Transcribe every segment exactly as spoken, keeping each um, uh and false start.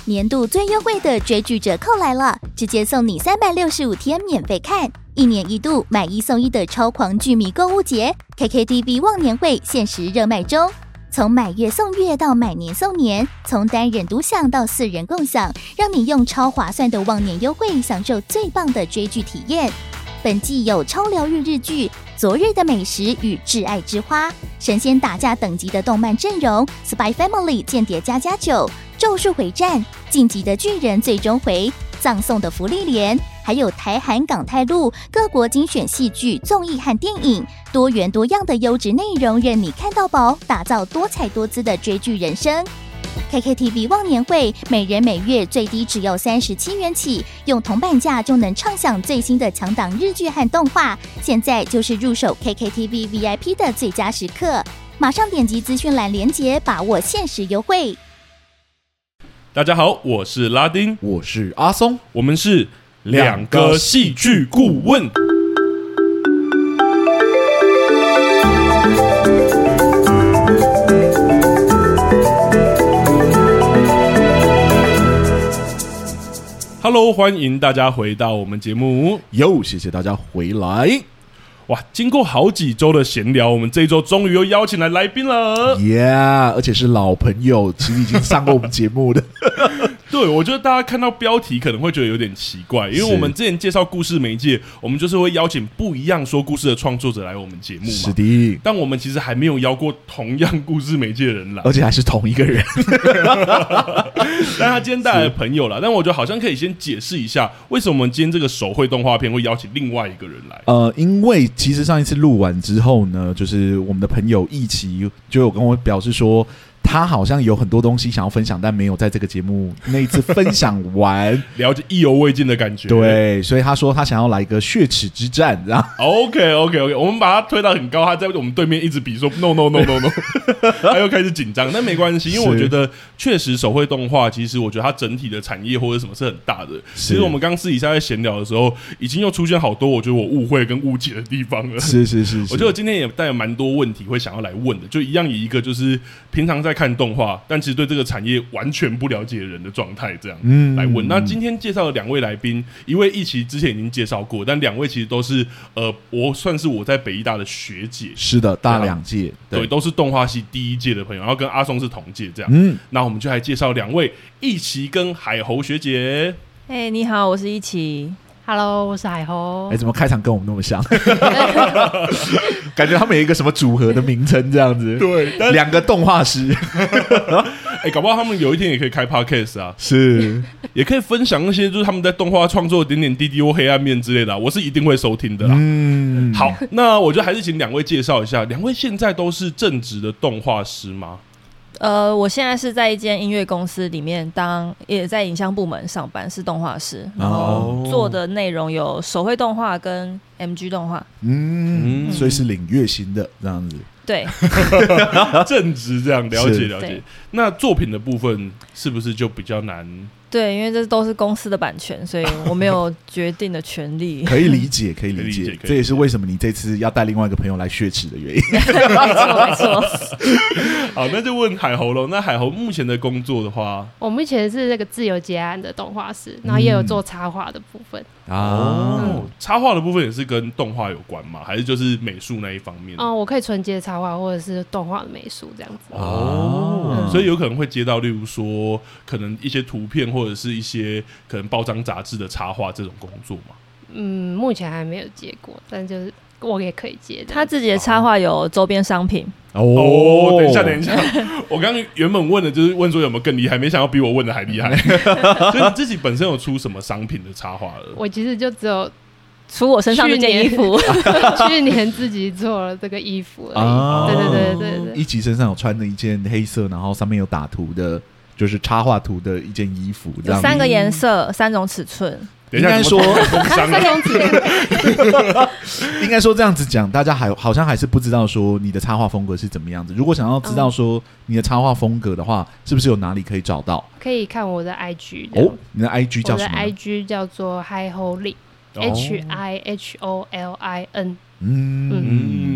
年度最优惠的追剧折扣来了，直接送你三百六十五天免费看，一年一度买一送一的超狂剧迷购物节 ，K K T V 忘年会限时热卖中。从买月送月到买年送年，从单人独享到四人共享，让你用超划算的忘年优惠享受最棒的追剧体验。本季有超疗愈日剧《昨日的美食与挚爱之花》，神仙打架等级的动漫阵容，《Spy Family》间谍加加九，《咒术回战》、《晋级的巨人》最终回、葬送的芙莉莲，还有台韩港泰陆各国精选戏剧、综艺和电影，多元多样的优质内容任你看到饱，打造多彩多姿的追剧人生。K K T V 忘年会，每人每月最低只要三十七元起，用铜板价就能畅享最新的强档日剧和动画。现在就是入手 K K T V V I P 的最佳时刻，马上点击资讯栏连结，把握限时优惠。 大家好，我是拉丁， 我是阿松， 我们是两个戏剧顾问。Hello， 欢迎大家回到我们节目。 哟，谢谢大家回来。 哇，经过好几周的闲聊，我们这一周终于又邀请来来宾了。 Yeah， 而且是老朋友，其实已经上过我们节目的。 对，我觉得大家看到标题可能会觉得有点奇怪，因为我们之前介绍故事媒介，我们就是会邀请不一样说故事的创作者来我们节目嘛。 是的， 但我们其实还没有邀过同样故事媒介的人来， 而且还是同一个人。 但他今天带来的朋友啦，但我觉得好像可以先解释一下，为什么我们今天这个手绘动画片会邀请另外一个人来。 呃，因为其实上一次录完之后呢，就是我们的朋友一起就有跟我表示说，他好像有很多东西想要分享，但没有在这个节目那一次分享完， 了解意犹未尽的感觉。 对，所以他说他想要来一个血耻之战，这样。 OK OK OK， 我们把他推到很高，他在我们对面一直比说 no no no no no， 他又开始紧张，但没关系，因为我觉得确实手绘动画，其实我觉得它整体的产业或者什么是很大的。其实我们刚私底下在闲聊的时候，已经又出现好多我觉得我误会跟误解的地方了。 是是 是, 是， 我觉得我今天也带有蛮多问题会想要来问的，就一样以一个就是平常在看动画，但其实对这个产业完全不了解的人的状态，这样、嗯、来问。那今天介绍的两位来宾，一位一期之前已经介绍过，但两位其实都是呃，我算是我在北艺大的学姐， 是的，大两届， 对，对，都是动画系第一届的朋友，然后跟阿松是同届这样。 嗯， 那我们就来介绍两位，一期跟海猴学姐。 哎、hey, 你好，我是一期。 Hello， 我是海猴。 哎、欸，怎么开场跟我们那么像？感觉他们有一个什么组合的名称这样子。 对， 两个动画师。 哎、欸，搞不好他们有一天也可以开 podcast 啊， 是， 也可以分享那些就是他们在动画创作的点点滴滴或黑暗面之类的、啊，我是一定会收听的啦。嗯，好，那我就还是请两位介绍一下，两位现在都是正职的动画师吗？ 呃，我现在是在一间音乐公司里面当，也在影像部门上班，是动画师，然后做的内容有手绘动画跟 M G 动画。 嗯，嗯，所以是领月薪的这样子。 对， 正职这样，了解了解。那作品的部分是不是就比较难？ 对，因为这都是公司的版权，所以我没有决定的权利。 可以理解，可以理解，理解，这也是为什么你这次要带另外一个朋友来血耻的原因。 没错，没错。 好，那就问海猴了。那海猴目前的工作的话， 我目前是那个自由接案的动画师，然后也有做插画的部分。 嗯、哦、 嗯，插画的部分也是跟动画有关吗？还是就是美术那一方面？ 哦、嗯，我可以纯接插画或者是动画的美术这样子。 哦、嗯，所以有可能会接到，例如说可能一些图片或者是一些可能报章杂志的插画这种工作嘛？ 嗯，目前还没有接过，但就是我也可以接。 他自己的插画有周边商品。 哦，等一下，等一下，我刚刚原本问的就是问说有没有更厉害，没想到比我问的还厉害。所以你自己本身有出什么商品的插画了？ 我其实就只有除我身上这件衣服， 去年自己做了这个衣服而已。 啊、 对对对对对， 一集身上有穿的一件黑色，然后上面有打图的，就是插画图的一件衣服，这样有三个颜色，三种尺寸。 应该说， 三种尺寸。 应该说这样子讲，大家还好像还是不知道说你的插画风格是怎么样子。如果想要知道说你的插画风格的话，是不是有哪里可以找到？ 可以看我的 I G 哦，你的 I G 叫什么？ 我的 I G 叫做 Hi Holin，H I H O L I N。 嗯，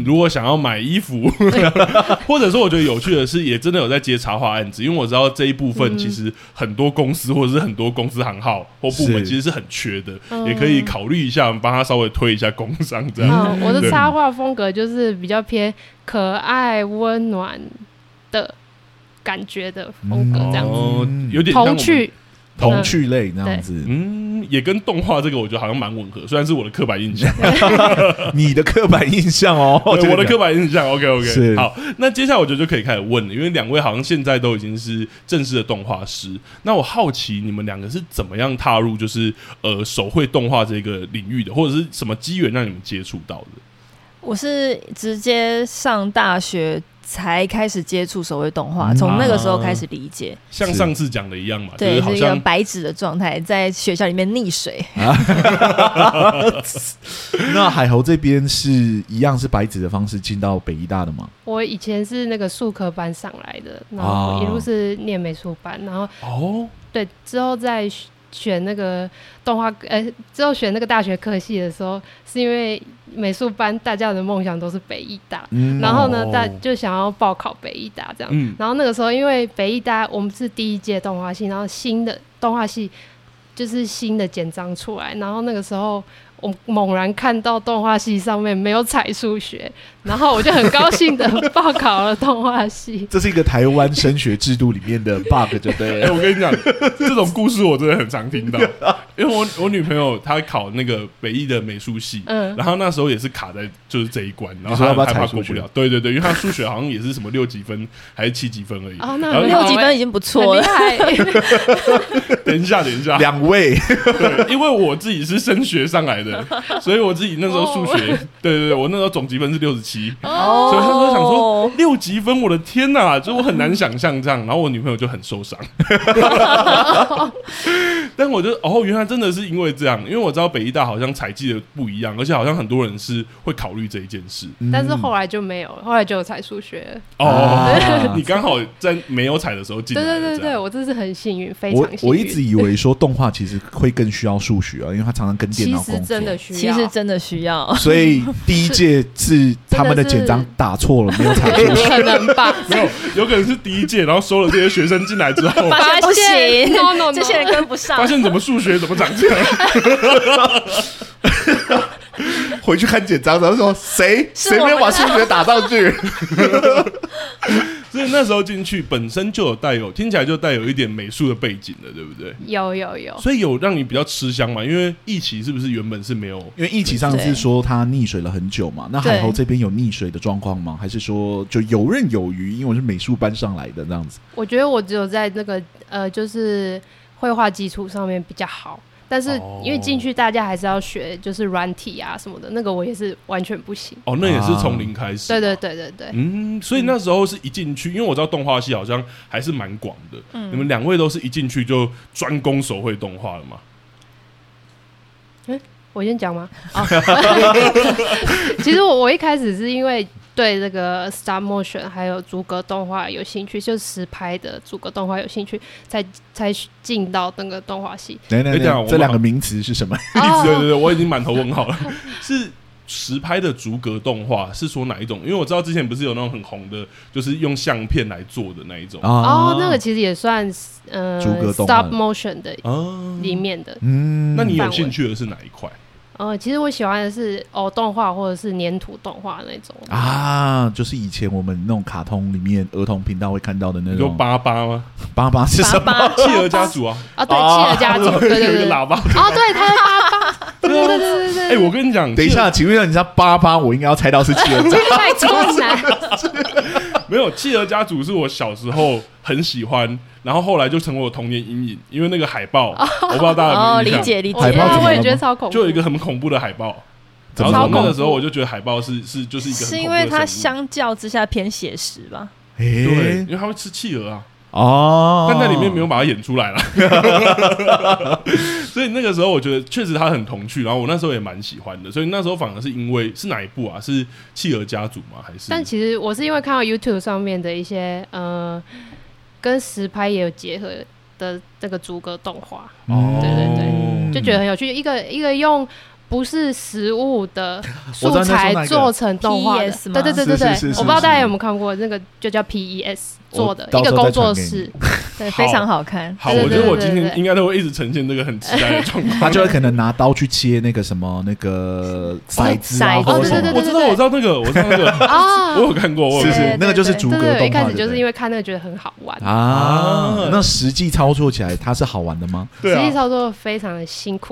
如果想要买衣服，或者说我觉得有趣的是，也真的有在接插画案子，因为我知道这一部分其实很多公司或者是很多公司行号或部门其实是很缺的，也可以考虑一下，我们帮他稍微推一下工商这样。 嗯，我的插画风格就是比较偏可爱温暖的感觉的风格，这样子， 嗯、有点像童趣。 童趣类那样子， 嗯，也跟动画这个我觉得好像蛮吻合，虽然是我的刻板印象， 你的刻板印象哦， 对我的刻板印象 ，OK OK， 好，那接下来我觉得就可以开始问了，因为两位好像现在都已经是正式的动画师，那我好奇你们两个是怎么样踏入就是呃手绘动画这个领域的，或者是什么机缘让你们接触到的？ 我是直接上大学才开始接触手绘动画，从、嗯、那个时候开始理解， 像上次讲的一样嘛， 对， 就是好像是一个白纸的状态，在学校里面溺水。 那海猴这边是一样是白纸的方式进到北医大的吗？ 我以前是那个术科班上来的，然后一路是念美术班，然后哦，对，之后再选那个动画，呃，之后选那个大学科系的时候，是因为美术班大家的梦想都是北艺大，嗯、然后呢，大就想要报考北艺大这样、嗯。然后那个时候，因为北艺大我们是第一届动画系，然后新的动画系就是新的简章出来，然后那个时候我猛然看到动画系上面没有采数学，然后我就很高兴的报考了动画系。 这是一个台湾升学制度里面的 bug 就对了。 哎、欸，我跟你讲，这种故事我真的很常听到，因为我我女朋友她考那个北艺的美术系，嗯，然后那时候也是卡在就是这一关，然后她害怕过不了。对对对，因为她数学好像也是什么六几分还是七几分而已。 哦，那六几分已经不错了。 等一下，等一下， 两位， 对，因为我自己是升学上来的。所以我自己那时候数学， oh. 对对对，我那时候总积分是六十七，所以那时候想说六级分，我的天哪，就我很难想象这样。然后我女朋友就很受伤，但我就哦，原来真的是因为这样，因为我知道北艺大好像采计的不一样，而且好像很多人是会考虑这一件事， 嗯、但是后来就没有，后来就有采数学了。 哦，你刚好在没有采的时候进来。 对对对对，我真是很幸运，非常幸运。 我我一直以为说动画其实会更需要数学啊，因为它常常跟电脑工作， 其实真的需要。 其实真的需要， 所以第一届是他们的简章打错了，没有采数学， 可能吧？ 没有，有可能是第一届，然后收了这些学生进来之后， 发现不行 ，no no no， 这些人跟不上， 发现怎么数学怎么长这样。 回去看简章，然后说谁谁没有把数学打上去？ 所以那时候进去本身就有带有，听起来就带有一点美术的背景的，对不对？ 有有有。 所以有让你比较吃香嘛？因为一期是不是原本是没有？ 因为一期上次说他溺水了很久嘛，那海猴这边有溺水的状况吗？还是说就游刃有余？因为我是美术班上来的这样子。 我觉得我只有在那个呃，就是绘画基础上面比较好。但是因为进去大家还是要学就是软体啊什么的，那个我也是完全不行。 哦，那也是从零开始。 对对对对对。 嗯，所以那时候是一进去，因为我知道动画系好像还是蛮广的、嗯。你们两位都是一进去就专攻手绘动画了吗？ 欸、我先讲吗？哦、其实我我一开始是因为对这个 stop motion 还有逐格动画有兴趣，就是实拍的逐格动画有兴趣，才才进到那个动画系。 等等等，这两个名词是什么意思？对对对，我已经满头问号了。是实拍的逐格动画，是说哪一种？因为我知道之前不是有那种很红的，就是用相片来做的那一种。 哦，那个其实也算呃逐格动画 stop motion 的里面的。 嗯，那你有兴趣的是哪一块？ 呃，其实我喜欢的是偶动画或者是粘土动画那种啊，就是以前我们那种卡通里面儿童频道会看到的那种。 有巴巴吗？ 巴巴是什么？ 企鹅家族啊！ 啊，对，企鹅家族，对对对， 有一个喇叭。 哦，对，它是巴巴。对对对对对。 哎，我跟你讲， 等一下，请问一下，你知道巴巴？我应该要猜到是企鹅家族。 太困难了。 没有，企鹅家族是我小时候很喜欢。然后后来就成为我童年阴影，因为那个海报，哦、我不知道大家有没有印象。 哦，理解理解。 海报我也觉得超恐怖， 就有一个很恐怖的海报。然后从那个时候我就觉得海报是是就是一个很恐怖的生物， 是因为它相较之下偏写实吧？ 欸、 对，因为它会吃企鹅啊。 哦， 但在里面没有把它演出来了。所以那个时候我觉得确实它很童趣，然后我那时候也蛮喜欢的。所以那时候反而是因为是哪一部啊？是企鹅家族吗？还是？ 但其实我是因为看到 YouTube 上面的一些呃。跟实拍也有结合的这个逐格动画，哦，对对对，就觉得很有趣。一个一个用不是实物的素材做成动画的，对对对对对，我不知道大家有没有看过，那个就叫 P E S 做的一个工作室， 对，非常好看。 好，我觉得我今天应该都会一直呈现这个很期待的状况。 他就会可能拿刀去切那个什么那个骰子啊， 哦对对对， 我知道我知道那个我知道那个啊，我有看过， 是是，那个就是逐格动画。 一开始就是因为看那个觉得很好玩啊，那实际操作起来它是好玩的吗？ 实际操作非常的辛苦。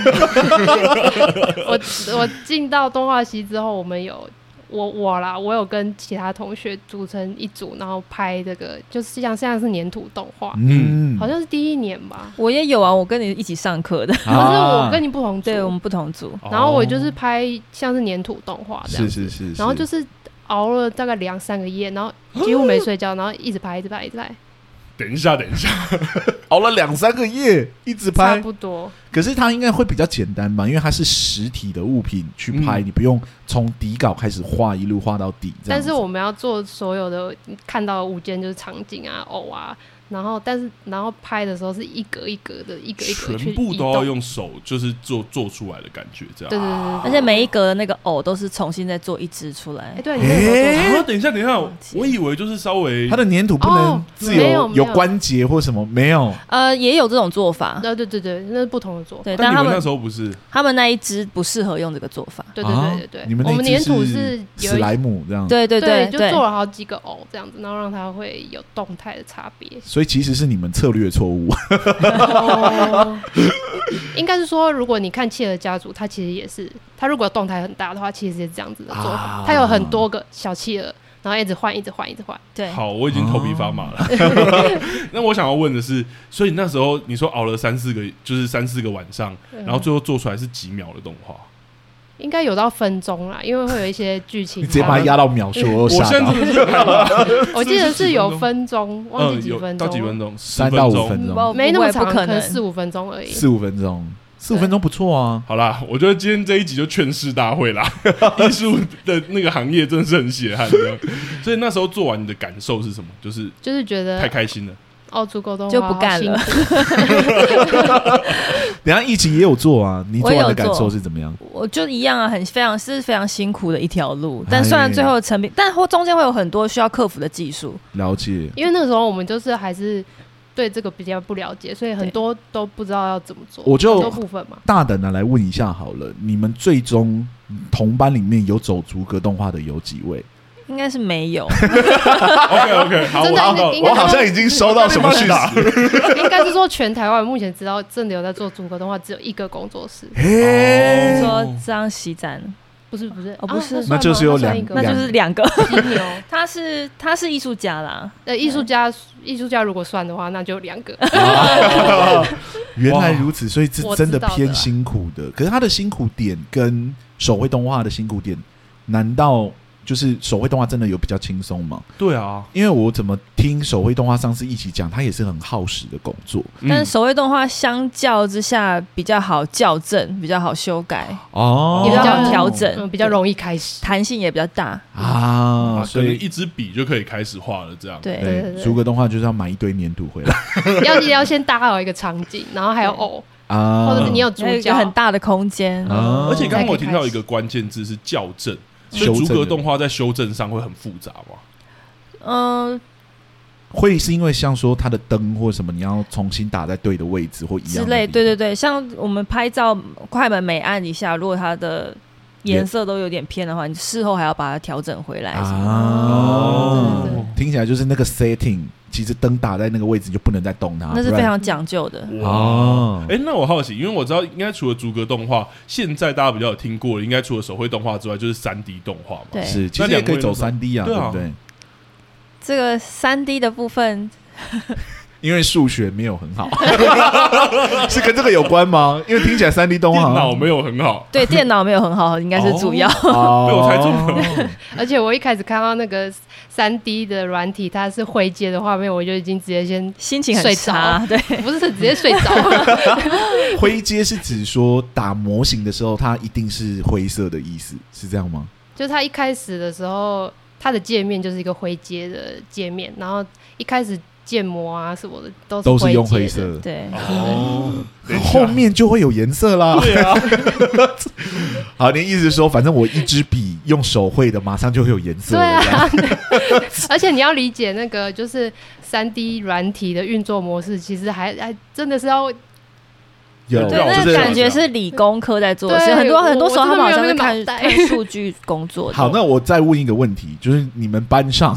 我我进到动画系之后，我们有我我啦，我有跟其他同学组成一组，然后拍这个，就是像现在是粘土动画，嗯，好像是第一年吧。 我也有啊，我跟你一起上课的，可是我跟你不同组， 对我们不同组。 然后我就是拍像是粘土动画这样子， 是是是， 然后就是熬了大概两三个夜，然后几乎没睡觉，然后一直拍，一直拍，一直拍。 等一下，等一下， 熬了两三个夜，一直拍， 差不多。 可是它应该会比较简单吧，因为它是实体的物品去拍，嗯、你不用从底稿开始画，一路画到底。 但是我们要做所有的看到的物件，就是场景啊、偶啊。然后，但是然后拍的时候是一格一格的，一格一格去移动， 全部都要用手，就是做做出来的感觉，这样。 对对 对, 对， 而且每一格的那个偶都是重新再做一只出来。 哎，对，你那啊，等一下，等一下，我以为就是稍微它的粘土不能自由、哦、有, 有关节或什么，没有。 呃，也有这种做法。 对对对对，那是不同的做法。 对， 但他们那时候不是， 他们那一只不适合用这个做法。 对对对对对， 啊、你们那我们粘土是史莱姆这样。 对对 对, 对，就做了好几个偶这样子，然后让它会有动态的差别。 所以其实是你们策略错误。 哦、应该是说，如果你看企鹅家族，它其实也是，它如果动态很大的话，其实是这样子的做法。啊、它有很多个小企鹅，然后一直换，一直换，一直换。对， 好，我已经头皮发麻了。哦、那我想要问的是，所以那时候你说熬了三四个，就是三四个晚上，然后最后做出来是几秒的动画？ 应该有到分钟啦，因为会有一些剧情。 你直接把它压到秒数，我现在真的是我记得是有分钟，忘记几分钟， 到几分钟， 三到五分钟， 没那么长，可能四五分钟而已。 四五分钟，四五分钟不错啊。 好啦，我觉得今天这一集就劝世大会啦，艺术的那个行业真的是很血汗的。所以那时候做完你的感受是什么？就是就是觉得太开心了。 哦，足够动画就不干了。 等一下一起也有做啊，你做完的感受是怎么样？ 我就一样啊，很非常是非常辛苦的一条路，但虽然最后成品，但中间会有很多需要克服的技术。 了解， 因为那个时候我们就是还是对这个比较不了解，所以很多都不知道要怎么做。 我就很多部分嘛， 大胆的来问一下好了，你们最终同班里面有走逐格动画的有几位？ 应该是没有。 OK OK， 好， 真的我好像已经收到什么讯息。 应该是说全台湾目前知道真的有在做逐格动画只有一个工作室。 嘿， 说张喜展。 不是不是哦，不是， 啊、 那就是有两个， 那就是两个。 牛， 他是他是艺术家啦， 呃，艺术家艺术家如果算的话，那就两个。 原来如此，所以这真的偏辛苦的。可是他的辛苦点跟手绘动画的辛苦点，难道就是手绘动画真的有比较轻松吗？ 对啊， 因为我怎么听手绘动画上次一起讲，它也是很耗时的工作。 但是手绘动画相较之下比较好校正，比较好修改， 哦， 也比较好调整、 嗯，比较容易开始， 弹性也比较大啊， 所以一支笔就可以开始画了。这样对对对， 逐格动画就是要买一堆粘土回来， 要要先搭好一个场景，然后还有偶。 啊， 或者是你有主角很大的空间、 啊，而且刚刚我听到一个关键字是校正。所以逐格动画在修正上会很复杂吗？ 嗯、呃， 会是因为像说它的灯或什么，你要重新打在对的位置或一样之类。对对对，像我们拍照快门每按一下，如果它的颜色都有点偏的话，你事后还要把它调整回来。 啊，哦，对对对，听起来就是那个 setting。其实灯打在那个位置就不能再动它， 那是非常讲究的哦。哎、欸，那我好奇，因为我知道应该除了逐格动画，现在大家比较有听过的，应该除了手绘动画之外，就是三 D 动画嘛。 对， 是，其实也可以走三 D 啊，对不对？ 这个三 D 的部分。 因为数学没有很好，是跟这个有关吗？因为听起来三 D 动画电脑没有很好， 对，电脑没有很好，应该是主要。 哦、被我猜中了。 而且我一开始看到那个三 D 的软体，它是灰阶的画面，我就已经直接先心情很差，对， 不是直接睡着。 灰阶是指说打模型的时候，它一定是灰色的意思，是这样吗？ 就它一开始的时候，它的界面就是一个灰阶的界面，然后一开始。 建模啊什么的都是都是用灰灰色， 对， 哦， 后面就会有颜色啦。 对啊， 好，您意思是说，反正我一支笔用手绘的，马上就会有颜色对了。 啊，而且你要理解那个就是三 D 软体的运作模式，其实还还真的是要。 有， 对，那就是个感觉是理工科在做的事， 对很多很多时候他们好像是我看真的没有那个脑袋看数据工作的。 好，那我再问一个问题，就是你们班上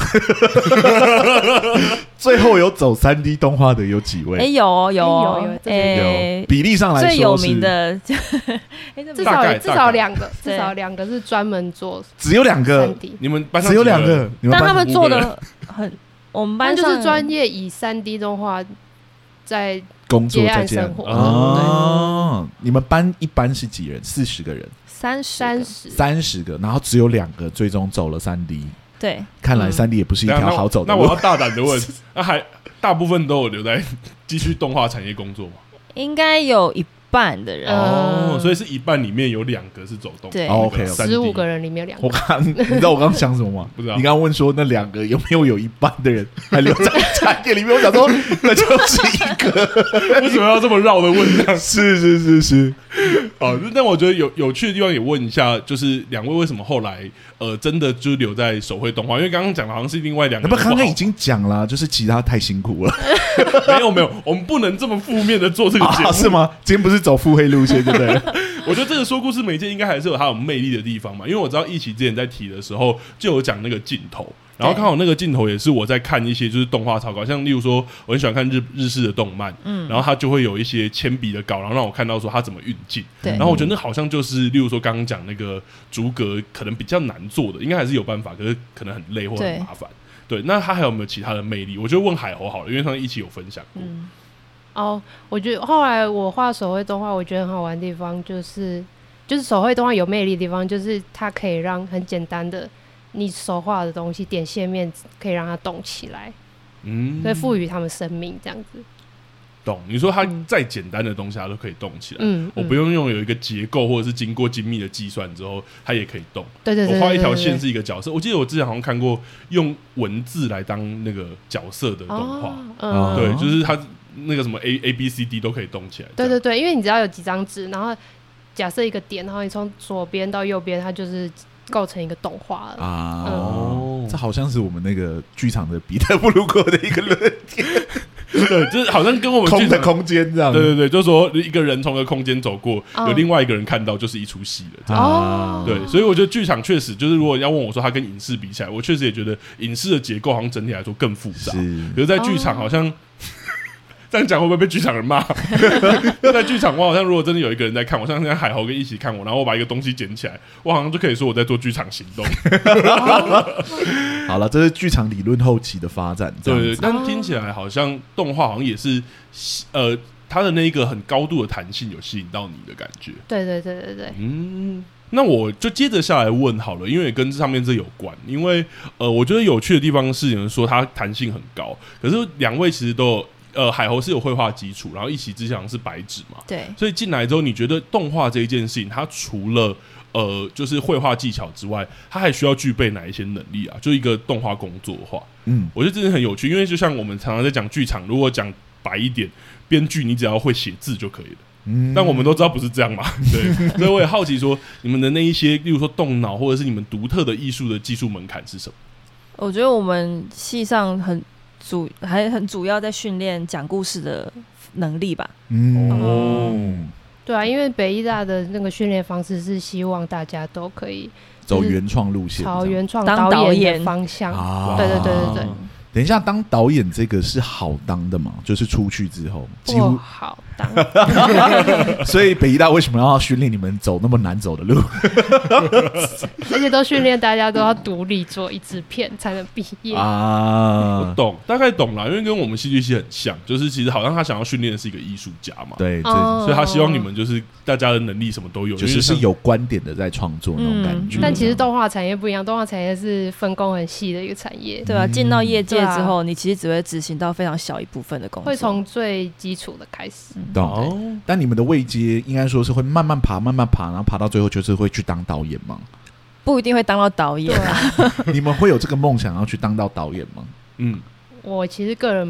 最后有走三 D 动画的有几位？ 哎，有哦有哦有有这哎有，比例上来说最有名的，哎，这至大概少至少两个， 对至少两个是专门做只有两个三 D， 你们班上只有两几人个，你们班但他们做五个的很，我们班上班就是专业以三 D 动画在工作接在这样案生活哦。你们班一般是几人？四十个人， 三十三十， 三十个，然后只有两个最终走了三 D。 对， 看来嗯三 D 也不是一对啊那条好走的路。 那我要大胆的问，那还大部分都有留在继续动画产业工作吗？ 应该有一半的人， 哦， 嗯所以是一半里面有两个是走动， 对哦，OK， 三 D 十五个人里面有两我个， 刚，你知道我刚刚想什么吗？ 不知道你刚刚问说那两个有没有有一半的人还留在产业里面？我想说那就是一个， 为什么要这么绕的问这样？ 是是是是， 哦，但我觉得有有趣的地方也问一下，就是两位为什么后来呃真的就留在手绘动画？因为刚刚讲的好像是另外两个那人不好， 不刚刚已经讲了，就是其他太辛苦了没有没有，我们不能这么负面的做这个节目， 啊？是吗？今天不是走腹黑路线，对不对？ 我觉得这个说故事媒介应该还是有它有魅力的地方嘛，因为我知道一起之前在提的时候就有讲那个镜头，然后刚好那个镜头也是我在看一些就是动画草稿，像例如说我很喜欢看日日式的动漫，嗯，然后它就会有一些铅笔的稿，然后让我看到说它怎么运镜， 对然后我觉得那好像就是例如说刚刚讲那个逐格可能比较难做的，应该还是有办法，可是可能很累或很麻烦。对，那它还有没有其他的魅力？我就问海猴好了，因为他们一起有分享过。 嗯， 哦，我觉得后来我画手绘动画，我觉得很好玩的地方就是，就是手绘动画有魅力的地方，就是它可以让很简单的你手画的东西点线面，可以让它动起来， 嗯， 所以赋予它们生命这样子。 懂。你说它再简单的东西它都可以动起来， 嗯， 我不用用有一个结构或者是经过精密的计算之后，它也可以动。 对对对， 我画一条对对线是一个角色，我记得我之前好像看过用文字来当那个角色的动画， 哦嗯， 对，就是它那个什么 A A B C D 都可以动起来。 对对对，因为你只要有几张纸，然后假设一个点，然后你从左边到右边，它就是构成一个动画了。 啊， 哦这好像是我们那个剧场的彼得不路过的一个论点， 对，就是好像跟我们空的剧场空间这样。 对对对，就是说一个人从个空间走过， 哦有另外一个人看到，就是一出戏了。这样啊， 对，所以我觉得剧场确实就是，如果要问我说它跟影视比起来，我确实也觉得影视的结构好像整体来说更复杂。 是可是在剧场好像、这样讲会不会被剧场人骂？在剧场我好像如果真的有一个人在看我，像现在海猴跟一起看我，然后我把一个东西捡起来，我好像就可以说我在做剧场行动。 好了，这是剧场理论后期的发展，这对对， 样子。 但听起来好像动画好像也是呃，它的那一个很高度的弹性有吸引到你的感觉。 对对对对对， 嗯，那我就接着下来问好了，因为也跟上面这有关。因为呃，我觉得有趣的地方是，有人说它弹性很高，可是两位其实都有呃，海猴是有绘画基础，然后一起之前好像是白纸嘛， 对， 所以进来之后，你觉得动画这一件事情，它除了呃就是绘画技巧之外，它还需要具备哪一些能力啊？就一个动画工作的话， 嗯， 我觉得真的很有趣，因为就像我们常常在讲剧场，如果讲白一点，编剧你只要会写字就可以了。 嗯但我们都知道不是这样嘛，对，所以我也好奇说，你们的那一些，例如说动脑，或者是你们独特的艺术的技术门槛是什么？ 我觉得我们系上很主还很主要在训练讲故事的能力吧。 嗯哦对啊，因为北医大的那个训练方式是希望大家都可以走原创路线， 朝原创当导演导演的方向。 啊对对对对对， 等一下，当导演这个是好当的嘛？就是出去之后，几不乎， 好当。 所以北医大为什么要训练你们走那么难走的路？ 而且都训练大家都要独立做一支片才能毕业。 我啊， 懂，大概懂啦，因为跟我们戏剧系很像，就是其实好像他想要训练的是一个艺术家嘛， 对，这哦所以他希望你们就是大家的能力什么都有， 就是是因为像有观点的在创作那种感觉。 嗯但其实动画产业不一样，动画产业是分工很细的一个产业， 对吧、进到业界对啊之后，你其实只会执行到非常小一部分的工作， 会从最基础的开始。 懂。 哦， 但你们的位阶应该说是会慢慢爬，慢慢爬，然后爬到最后就是会去当导演吗？ 不一定会当到导演啊。 你们会有这个梦想要去当到导演吗？ 嗯， 我其实个人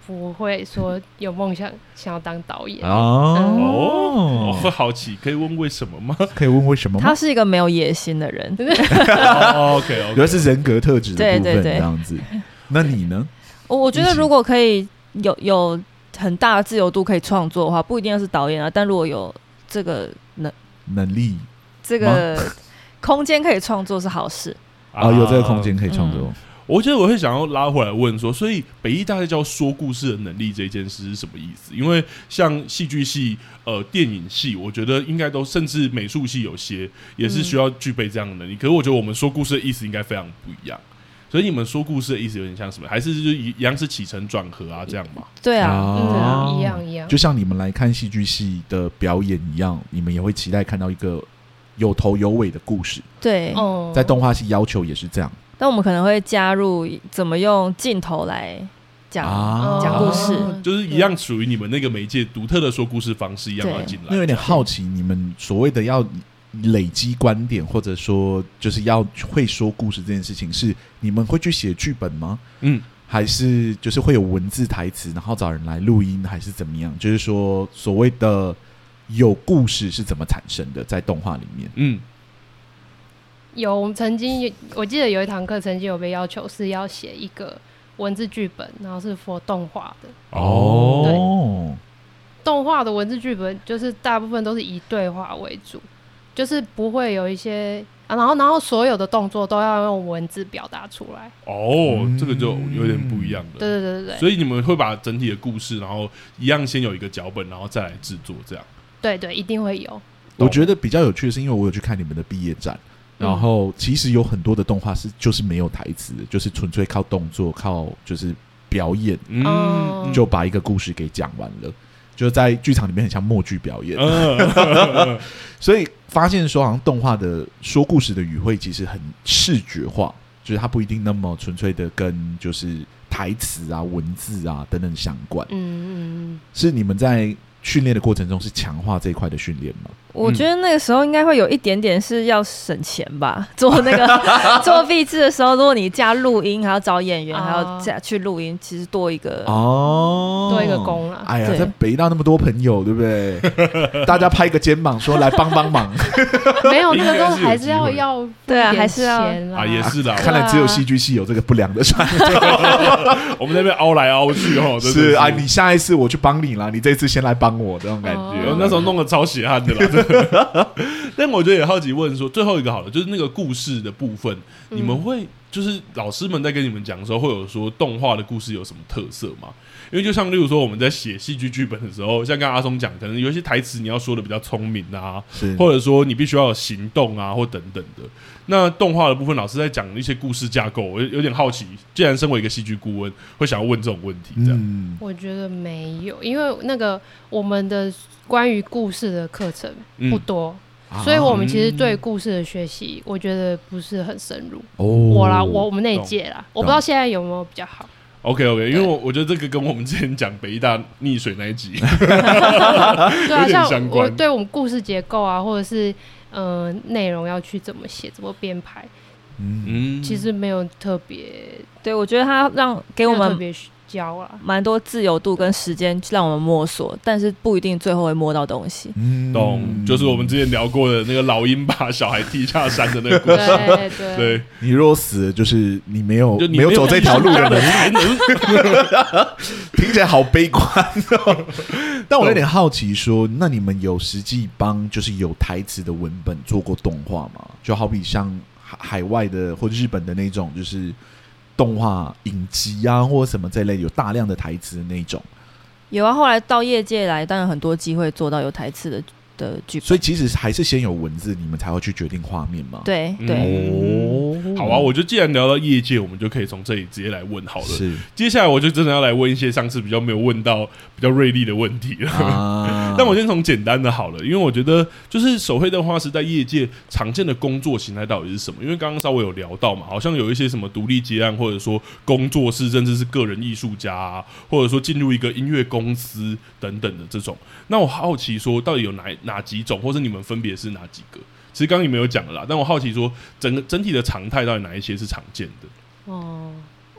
不会说有梦想想要当导演哦、 嗯、 哦，会好奇，可以问为什么吗？ 可以问为什么吗？ 他是一个没有野心的人。 哦、OK OK， 主要是人格特质的部分， 对对对， 这样子。那你呢？ 我觉得如果可以有有很大的自由度可以创作的话，不一定要是导演啊，但如果有这个能能力， 这个空间可以创作是好事。 啊、哦，有这个空间可以创作。 嗯， 我觉得我会想要拉回来问说，所以北艺大概叫说故事的能力这件事是什么意思？因为像戏剧系、呃电影系，我觉得应该都，甚至美术系有些也是需要具备这样的能力。嗯、可是我觉得我们说故事的意思应该非常不一样。所以你们说故事的意思有点像什么？还是就一样是起承转合啊这样吗？ 对啊， 哦、 嗯，一样一样。 就像你们来看戏剧系的表演一样，你们也会期待看到一个有头有尾的故事。 对， 哦， 在动画系要求也是这样。 但我们可能会加入怎么用镜头来讲讲、啊、故事， 就是一样属于你们那个媒介独特的说故事方式一样要进来。 那有点好奇，你们所谓的要累积观点，或者说就是要会说故事这件事情，是你们会去写剧本吗？嗯，还是就是会有文字台词，然后找人来录音，还是怎么样？就是说所谓的有故事是怎么产生的，在动画里面？嗯。 有，我们曾经我记得有一堂课曾经有被要求是要写一个文字剧本，然后是 for 动画的。 哦， 对，动画的文字剧本就是大部分都是以对话为主，就是不会有一些、啊、然后然后所有的动作都要用文字表达出来。 哦，嗯、这个就有点不一样了。 对对对对对。 所以你们会把整体的故事，然后一样先有一个脚本，然后再来制作，这样。 对对，一定会有。 我觉得比较有趣的是，因为我有去看你们的毕业展。然后其实有很多的动画是就是没有台词的，就是纯粹靠动作靠就是表演、嗯、就把一个故事给讲完了，就在剧场里面很像默剧表演、嗯、所以发现说好像动画的说故事的语汇其实很视觉化，就是它不一定那么纯粹的跟就是台词啊文字啊等等相关。嗯嗯，是你们在训练的过程中是强化这一块的训练吗？ 我觉得那个时候应该会有一点点是要省钱吧。做那个做毕制的时候，如果你加录音，还要找演员，还要加去录音，其实多一个哦， 多一个工啦。 哎呀，在北大那么多朋友，对不对？大家拍个肩膀说来帮帮忙。 没有那个都还是要要对啊，还是要啊，也是的、啊。 看来只有戏剧系有这个不良的传统。 我们那边凹来凹去哦，是, 是啊，你下一次我去帮你啦，你这次先来帮我这种感觉。 哦、那时候弄得超血汗的啦。但我觉得也好奇问说，最后一个好了，就是那个故事的部分，嗯、你们会就是老师们在跟你们讲的时候，会有说动画的故事有什么特色吗？因为就像例如说我们在写戏剧剧本的时候，像刚刚阿松讲，可能有一些台词你要说的比较聪明啊，或者说你必须要有行动啊，或等等的。那动画的部分，老师在讲一些故事架构，我有点好奇，既然身为一个戏剧顾问，会想要问这种问题，这样、嗯、 我觉得没有，因为那个我们的关于故事的课程不多。嗯，所以我们其实对故事的学习，我觉得不是很深入。哦，我啦，我我们那一届啦，我不知道现在有没有比较好。 OK OK， 因为我我觉得这个跟我们之前讲北艺大溺水那一集对啊，像我对我们故事结构啊，或者是呃内容要去怎么写、怎么编排，嗯，其实没有特别。 对，我觉得他让给我们特别教啊， 蛮多自由度跟时间让我们摸索，但是不一定最后会摸到东西。 嗯，懂，就是我们之前聊过的那个老鹰把小孩踢下山的那个故事。 对对， 对， 你若死了，就是你没有没有走这条路的才能，听起来好悲观哦。但我有点好奇说，说那你们有实际帮就是有台词的文本做过动画吗？就好比像海外的或日本的那种，就是动画影集啊，或者什么这类有大量的台词的那种。 有啊，后来到业界来，当然很多机会做到有台词的的剧本。 所以其实还是先有文字，你们才会去决定画面嘛。 对对、 嗯。好啊，我觉得既然聊到业界，我们就可以从这里直接来问好了。 是， 接下来我就真的要来问一些上次比较没有问到比较锐利的问题了。啊、但我先从简单的好了，因为我觉得就是手绘动画师在业界常见的工作形态到底是什么？因为刚刚稍微有聊到嘛，好像有一些什么独立接案，或者说工作室，甚至是个人艺术家、啊，或者说进入一个音乐公司等等的这种。那我好奇说，到底有哪哪几种，或是你们分别是哪几个？其实刚刚你们有讲了啦，但我好奇说，整个整体的常态到底哪一些是常见的？ 哦，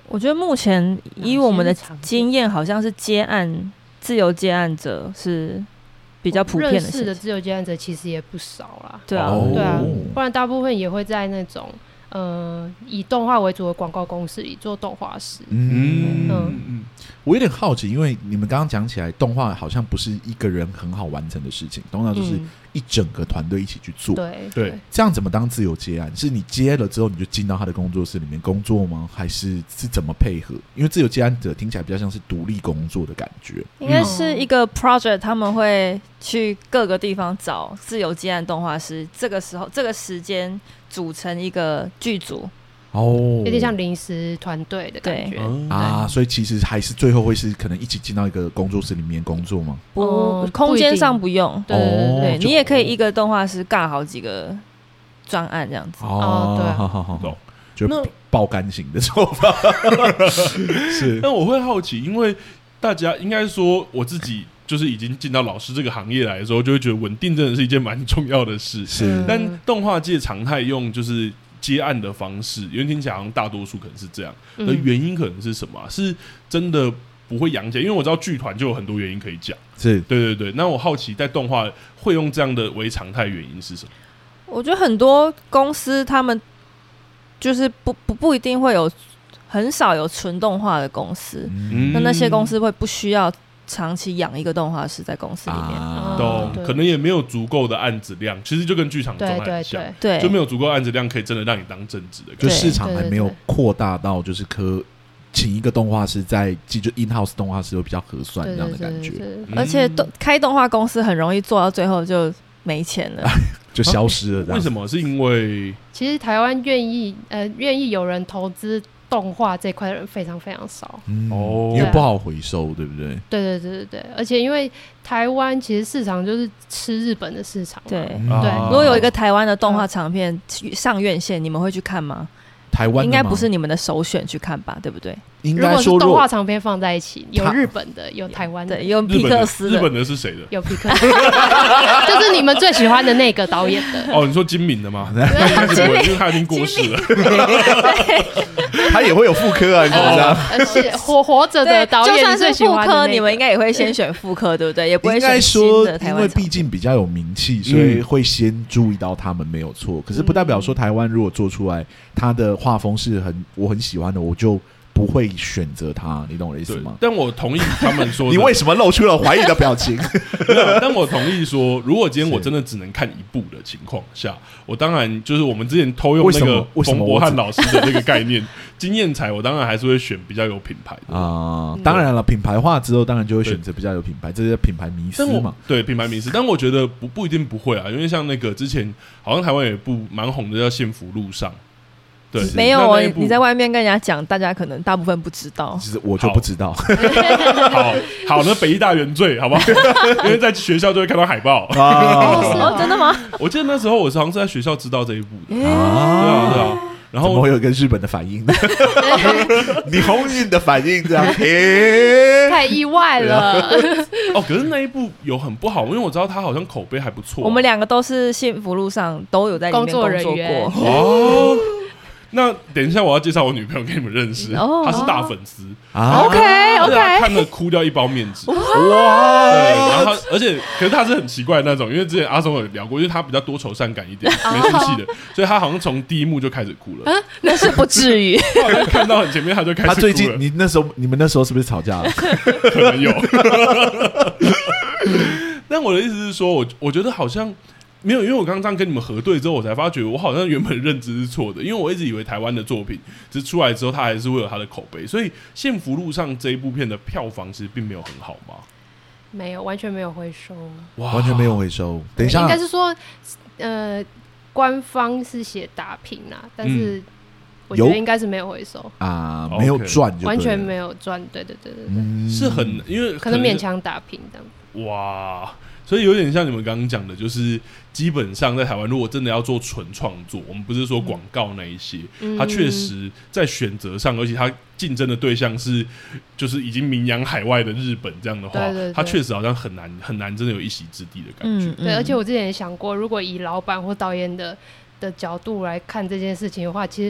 我觉得目前以我们的经验，好像是接案自由接案者是比较普遍的事情。 认识的自由接案者其实也不少啦。 对啊， 对啊，不然大部分也会在那种呃以动画为主的广告公司里做动画师。 嗯嗯嗯，我有点好奇，因为你们刚刚讲起来，动画好像不是一个人很好完成的事情，通常都是一整个团队一起去做。 对对， 这样怎么当自由接案？是你接了之后你就进到他的工作室里面工作吗？还是是怎么配合？因为自由接案者听起来比较像是独立工作的感觉。 应该是一个 project， 他们会去各个地方找自由接案动画师，这个时候这个时间组成一个剧组。 哦， 有点像临时团队的感觉啊，所以其实还是最后会是可能一起进到一个工作室里面工作吗？ 不，哦、空间上不用。 对哦、 对，你也可以一个动画师尬好几个专案这样子。 哦，对、啊， 好好好，就爆肝型的做法是。 但我会好奇，因为大家应该说我自己。就是已经进到老师这个行业来的时候，就会觉得稳定真的是一件蛮重要的事。 是， 但动画界常态用就是接案的方式，因为听起来好像大多数可能是这样，而原因可能是什么、啊？是真的不会养起来？因为我知道剧团就有很多原因可以讲。 是， 对对对。那我好奇，在动画会用这样的为常态，原因是什么？ 我觉得很多公司他们就是不不不一定会有，很少有纯动画的公司，嗯、那那些公司会不需要。长期养一个动画师在公司里面， 啊、懂，可能也没有足够的案子量，其实就跟剧场状态很像， 对对对， 就没有足够案子量可以真的让你当正职的， 就市场还没有扩大到就是可请一个动画师在就 in house 动画师会比较合算这样的感觉， 对对对对对而且动开动画公司很容易做到最后就没钱了， 就消失了、啊。 为什么？是因为其实台湾愿意呃愿意有人投资。动画这块的人非常非常少， 嗯，哦，因为不好回收，对不对？ 对对对对对，而且因为台湾其实市场就是吃日本的市场， 对、 嗯、对。 如果有一个台湾的动画长片上院线，你们会去看吗？ 台湾应该不是你们的首选去看吧，对不对？ 应该说， 如果是动画长片放在一起，有日本的，有台湾的， 对，有皮克斯的。日本的是谁的？ 有皮克斯，就是你们最喜欢的那个导演的。 哦，你说金敏的吗？因为他已经过世了。 他也会有复刻啊，你知道吗？ 而且活活着的导演， 就算是复刻， 你们应该也会先选复刻，对不对？也不会选新的台湾。 因为毕竟比较有名气，所以会先注意到他们没有错。可是不代表说台湾如果做出来，他的画风是很我很喜欢的，我就不会选择他。你懂我的意思吗？ 但我同意他们说， 你为什么露出了怀疑的表情？ 但我同意说，如果今天我真的只能看一部的情况下，我当然就是我们之前偷用那个冯博翰老师的那个概念，经验彩，我当然还是会选比较有品牌的啊、呃。当然了，品牌化之后，当然就会选择比较有品牌，这是品牌迷思嘛。 对，品牌迷思。但我觉得不不一定不会啊，因为像那个之前好像台湾有一部蛮红的叫《幸福路上》。对， 没有哦，你在外面跟人家讲，大家可能大部分不知道， 其实我就不知道。 好好，那北艺大原罪，好不好？因为在学校就会看到海报啊。哦，真的吗？ 我记得那时候我好像是在学校知道这一部的。啊，对啊，对啊。然后我有一个日本的反应，你红运的反应这样， 太意外了。 哦，可是那一部有很不好，因为我知道他好像口碑还不错、啊。 我们两个都是幸福路上都有在里面工作过。 哦。那等一下，我要介绍我女朋友给你们认识，哦、她是大粉丝啊。OK OK， 看了哭掉一包面纸。哇！对，然后她，而且可是她是很奇怪的那种，因为之前阿松有聊过，因为她比较多愁善感一点，没出息的，所以她好像从第一幕就开始哭了。 啊、那是不至于。 好像看到很前面，她就开始哭了。 她最近，你那时候，你们那时候是不是吵架了？ 可能有。但我的意思是说，我我觉得好像。没有，因为我刚刚这样跟你们核对之后，我才发觉我好像原本认知是错的，因为我一直以为台湾的作品只是出来之后，它还是会有它的口碑，所以《幸福路上》这一部片的票房其实并没有很好嘛。 没有，完全没有回收， 完全没有回收。等一下， 应该是说，呃，官方是写打平啦，但是我觉得应该是没有回收啊、呃，没有赚， 完全没有赚。对对对对对， 嗯、是很因为可能勉强打平这样。 哇。所以有点像你们刚刚讲的，就是基本上在台湾，如果真的要做纯创作，我们不是说广告那一些，嗯、它确实在选择上，而且它竞争的对象是就是已经名扬海外的日本这样的话， 对对对， 它确实好像很难很难真的有一席之地的感觉。 嗯嗯、对，而且我之前也想过，如果以老板或导演的的角度来看这件事情的话，其实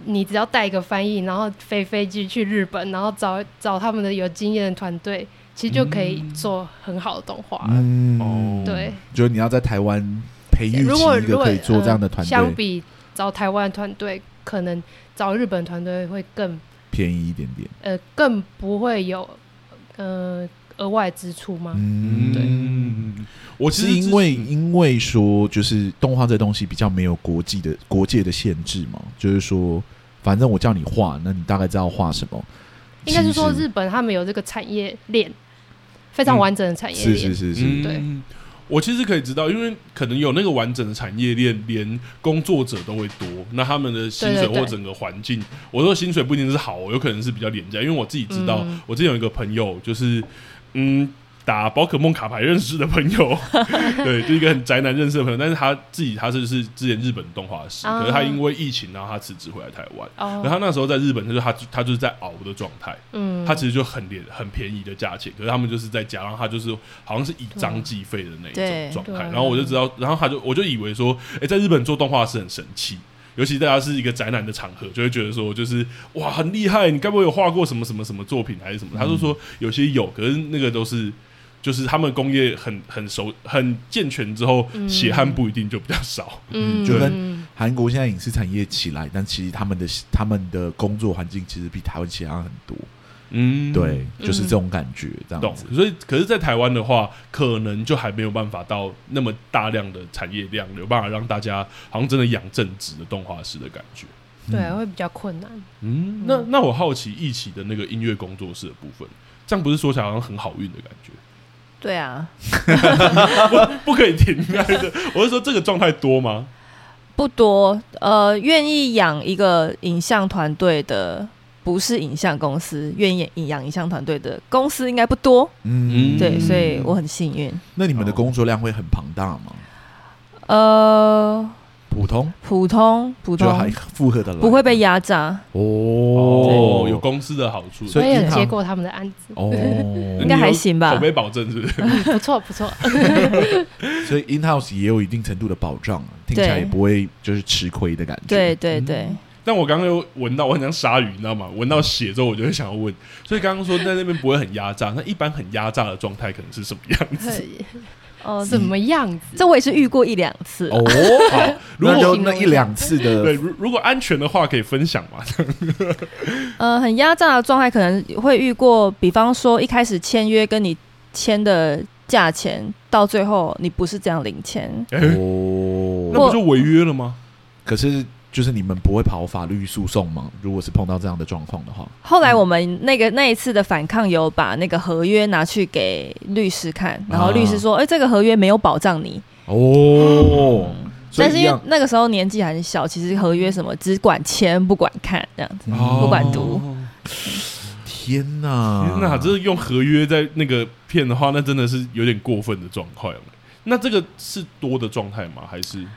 你只要带一个翻译，然后飞飞机去日本，然后找找他们的有经验的团队，其实就可以做很好的动画。嗯，对， 就是你要在台湾培育起一个可以做这样的团队、呃， 相比找台湾团队，可能找日本团队会更便宜一点点， 呃，更不会有呃额外支出吗？嗯，对。 我是因为因为说，就是动画这东西比较没有国际的国界的限制嘛，就是说，反正我叫你画，那你大概知道画什么。 应该是说日本他们有这个产业链，非常完整的产业链。 嗯、是是是是， 对。 我其实可以知道，因为可能有那个完整的产业链，连工作者都会多，那他们的薪水或整个环境，我说薪水不一定是好，有可能是比较廉价。因为我自己知道，嗯、我之前有一个朋友，就是嗯。打宝可梦卡牌认识的朋友，对，就一个很宅男认识的朋友，但是他自己他是是之前日本动画师，可是他因为疫情，然后他辞职回来台湾，然后他那时候在日本，就是他他就是在熬的状态，嗯，他其实就很廉很便宜的价钱，可是他们就是在加上他就是好像是以张计费的那一种状态，然后我就知道，然后他就我就以为说，哎、欸，在日本做动画是很神奇。尤其大家是一个宅男的场合，就会觉得说，就是哇很厉害，你该不会有画过什么什么什么作品还是什么？他就说有些有，可是那个都是就是他们工业很很熟很健全之后，嗯、血汗不一定就比较少。 嗯，就跟韩国现在影视产业起来，但其实他们的他们的工作环境其实比台湾起来很多。嗯，对，就是这种感觉，这样子。 所以，可是，在台湾的话，可能就还没有办法到那么大量的产业量，有办法让大家好像真的养正职的动画师的感觉。 对，嗯、会比较困难。 嗯，那那我好奇一起的那个音乐工作室的部分，这样不是说起来好像很好运的感觉？ 对啊， 不, 不可以停开的。我是说，这个状态多吗？ 不多。呃，愿意养一个影像团队的。不是影像公司愿意养影像团队的公司应该不多，嗯，对，所以我很幸运。 那你们的工作量会很庞大吗？ 呃， 普通， 普通，普通， 就还负荷的来， 不会被压榨。 哦，有公司的好处， 所以也接过他们的案子， 哦， 应该还行吧？ 口碑保证是不是？ 嗯、不错，不错。 所以 in house 也有一定程度的保障，听起来也不会就是吃亏的感觉。 对对对。嗯， 但我刚刚又闻到，我很像鲨鱼，你知道吗？闻到血之后，我就会想要问。所以刚刚说在那边不会很压榨，那一般很压榨的状态可能是什么样子？ 哦，什么样子？ 这我也是遇过一两次哦。好，如果那一两次的， 对，如果安全的话，可以分享吗？ 呃，很压榨的状态可能会遇过，比方说一开始签约跟你签的价钱，到最后你不是这样领钱， 哦， 那不就违约了吗？ 可是。就是你们不会跑法律诉讼吗？如果是碰到这样的状况的话， 后来我们那个那一次的反抗有把那个合约拿去给律师看，然后律师说：“哎、啊欸，这个合约没有保障你。”哦、嗯，但是因为那个时候年纪还小，其实合约什么只管签不管看这样子，哦、不管读。 天哪， 天哪！这是用合约在那个骗的话，那真的是有点过分的状况。那这个是多的状态吗？还是？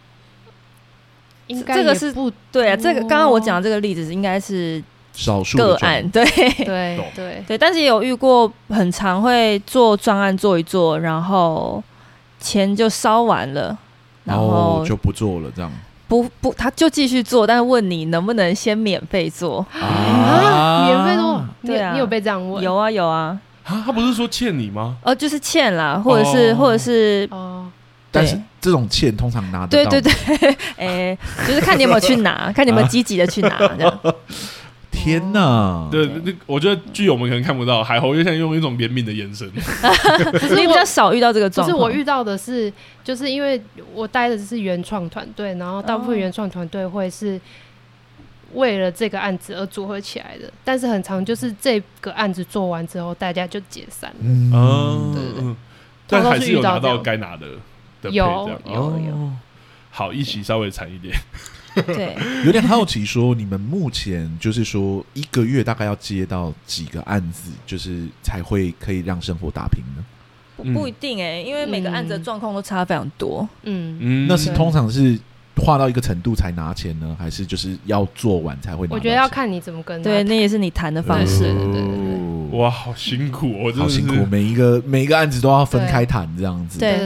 应该这个是不对啊，这个刚刚我讲的这个例子应该是少数个案，对对对对，但是也有遇过很常会做专案做一做，然后钱就烧完了，然后就不做了，这样不不，他就继续做，但是问你能不能先免费做啊？免费做？对啊，你有被这样问？ 有啊有啊啊，他不是说欠你吗？ 哦，就是欠啦，或者是、哦、或者是哦。 但是这种钱通常拿得到， 对对对，哎、欸，就是看你有没有去拿，看你有没有积极的去拿，这样。 天哪！ 对，那我觉得剧友们可能看不到，海猴就像用一种怜悯的眼神。 可是你比较少遇到这个状况。 可是我遇到的是，就是因为我待的是原创团队，然后大部分原创团队会是为了这个案子而组合起来的，但是很常就是这个案子做完之后，大家就解散了。嗯， 哦、 对对对， 但还是有拿到该拿的。 有有有， 好，一起稍微惨一点。 对， 有点好奇，说你们目前就是说一个月大概要接到几个案子，就是才会可以让生活打平呢？ 不, 不一定哎、欸，因为每个案子的状况都差非常多。 嗯嗯，那是通常是画到一个程度才拿钱呢，还是就是要做完才会拿到钱？ 我觉得要看你怎么跟他对，那也是你谈的方式。对对对对，哇，好辛苦哦， 好辛苦，每一个每一个案子都要分开谈这样子。 对对对对。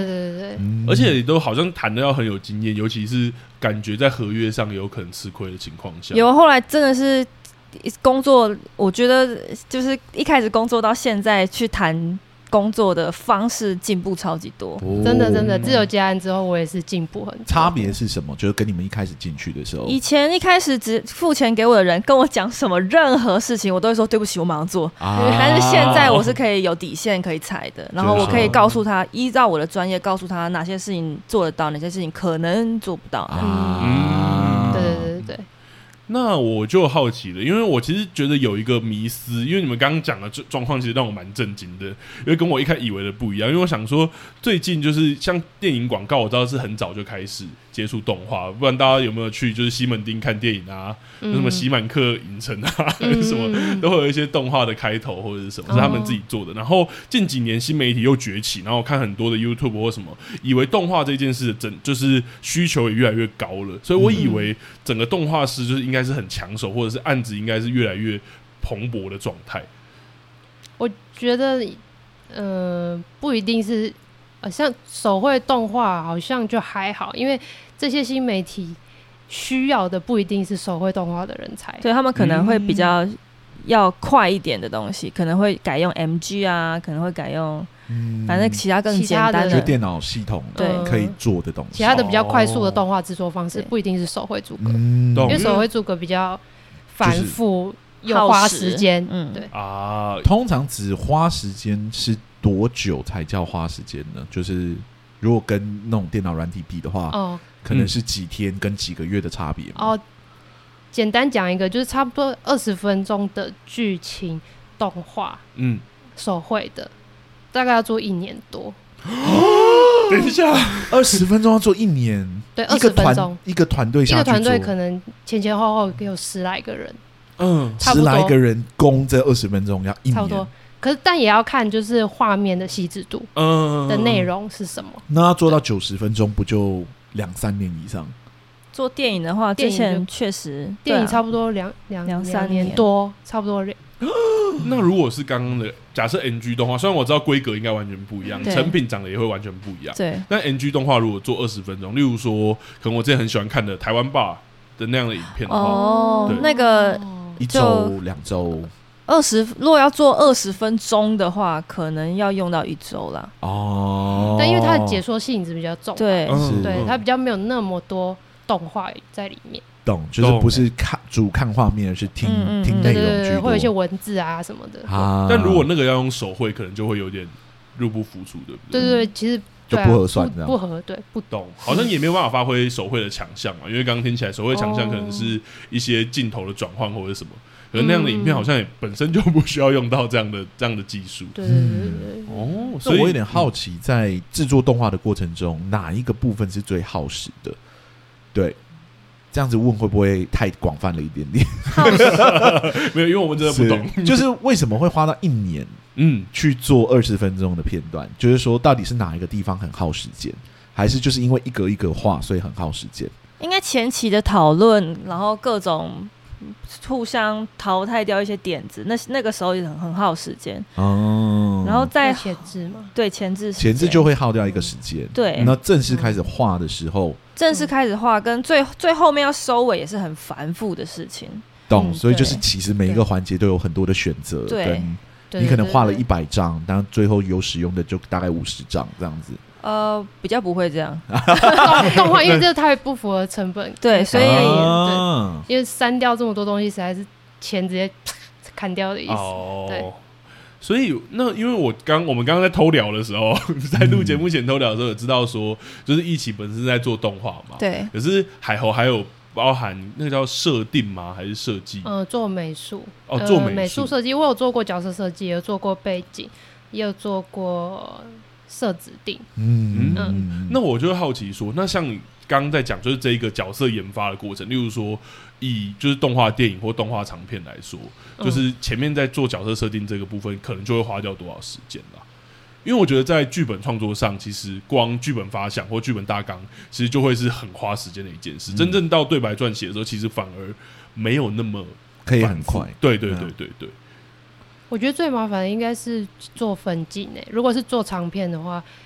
对， 嗯、而且都好像谈的要很有经验，尤其是感觉在合约上有可能吃亏的情况下。 有后来真的是工作，我觉得就是一开始工作到现在去谈工作的方式进步超级多， 哦、真的真的，自由接案之后我也是进步很多。 差别是什么？就是跟你们一开始进去的时候， 以前一开始只付钱给我的人跟我讲什么任何事情，我都会说对不起，我马上做。啊、但是现在我是可以有底线可以踩的，然后我可以告诉他，依照我的专业告诉他哪些事情做得到，哪些事情可能做不到。 啊、嗯，对对对对对。 那我就好奇了，因为我其实觉得有一个迷思，因为你们刚刚讲的状况其实让我蛮震惊的，因为跟我一开始以为的不一样。因为我想说，最近就是像电影广告，我知道是很早就开始接触动画，不然大家有没有去就是西门町看电影啊？嗯、有什么喜满客影城啊，还是什么都会有一些动画的开头或者是什么是他们自己做的。然后近几年新媒体又崛起，然后我看很多的 YouTube 或什么，以为动画这件事整就是需求也越来越高了，所以我以为整个动画师就是应该是很抢手，或者是案子应该是越来越蓬勃的状态。 我觉得，呃，不一定是，呃，像手绘动画好像就还好，因为这些新媒体需要的不一定是手绘动画的人才， 对他们可能会比较要快一点的东西，可能会改用 M G 啊，可能会改用。嗯、反正其他更简单的， 就电脑系统可以做的东西。 其他的比较快速的动画制作方式，不一定是手绘诸葛，嗯、因为手绘诸葛比较繁复又花时间。嗯，对啊。通常只花时间是多久才叫花时间呢？就是如果跟那种电脑软体比的话，哦，可能是几天跟几个月的差别。哦， 简单讲一个，就是差不多二十分钟的剧情动画，嗯，手绘的。大概要做一年多。 等一下， 二十分钟要做一年？ 对，二十分钟一个团队下去做， 一个团队可能前前后后有十来个人， 嗯，十来个人攻这二十分钟要一年，差不多。 可是但也要看就是画面的细致度，嗯，的内容是什么。 那要做到九十分钟，不就两三年以上？ 做电影的话，之前确实电影差不多两两两三年多，差不多两。 那如果是刚刚的假设 N G 动画，虽然我知道规格应该完全不一样，成品长得也会完全不一样， 对。 但 N G 动画如果做二十分钟，例如说，可能我之前很喜欢看的台湾爸的那样的影片的话， 哦，那个一周两周， 二十如果要做二十分钟的话，可能要用到一周啦。 哦，但因为它的解说性质比较重， 对， 嗯、对，它比较没有那么多动画在里面。 懂，就是不是看主看画面，而是听、嗯、听内容居多， 对对对，会有一些文字啊什么的。 啊、但如果那个要用手绘，可能就会有点入不敷出，对不对？对对对，其实就不合算，这样不合，对，不懂，好像也没有办法发挥手绘的强项嘛。因为刚刚听起来手绘强项可能是一些镜头的转换或者什么，可是那样的影片好像也本身就不需要用到这样的这样的技术。 对对对对。 哦，所以我有点好奇，在制作动画的过程中，哪一个部分是最耗时的？对。这样子问会不会太广泛了一点点？ 没有，因为我们真的不懂。 就是为什么会花到一年，嗯，去做二十分钟的片段？就是说，到底是哪一个地方很耗时间，还是就是因为一格一格画，所以很耗时间？ 应该前期的讨论，然后各种互相淘汰掉一些点子，那那个时候也很很耗时间哦。然后再前置嘛， 对，前置前置就会耗掉一个时间。 对， 那正式开始画的时候。 正式开始画跟最最后面要收尾也是很繁复的事情， 懂、嗯？所以就是其实每一个环节都有很多的选择，跟你可能画了一百张，但最后有使用的就大概五十张这样子。 呃，比较不会这样动画，因为这太不符合成本， 对，所以、 啊、对，因为删掉这么多东西，实在是钱直接砍掉的意思，哦、对。 所以那因为我刚我们刚刚在偷聊的时候，在录节目前偷聊的时候，有知道说，就是一起本身在做动画嘛， 对。 可是海猴还有包含那个叫设定吗？还是设计？ 呃，做美术哦，做美术、 呃、美术设计，我有做过角色设计，也有做过背景，也有做过设指定。 嗯嗯。那我就会好奇说，那像刚刚在讲，就是这一个角色研发的过程，例如说。以就是动画电影或动画长片来说，就是前面在做角色设定这个部分，可能就会花掉多少时间啦？因为我觉得在剧本创作上，其实光剧本发想或剧本大纲，其实就会是很花时间的一件事。嗯、真正到对白撰写的时候，其实反而没有那么可以很快。 对对对对对。 我觉得最麻烦的应该是做分镜诶。如果是做长片的话，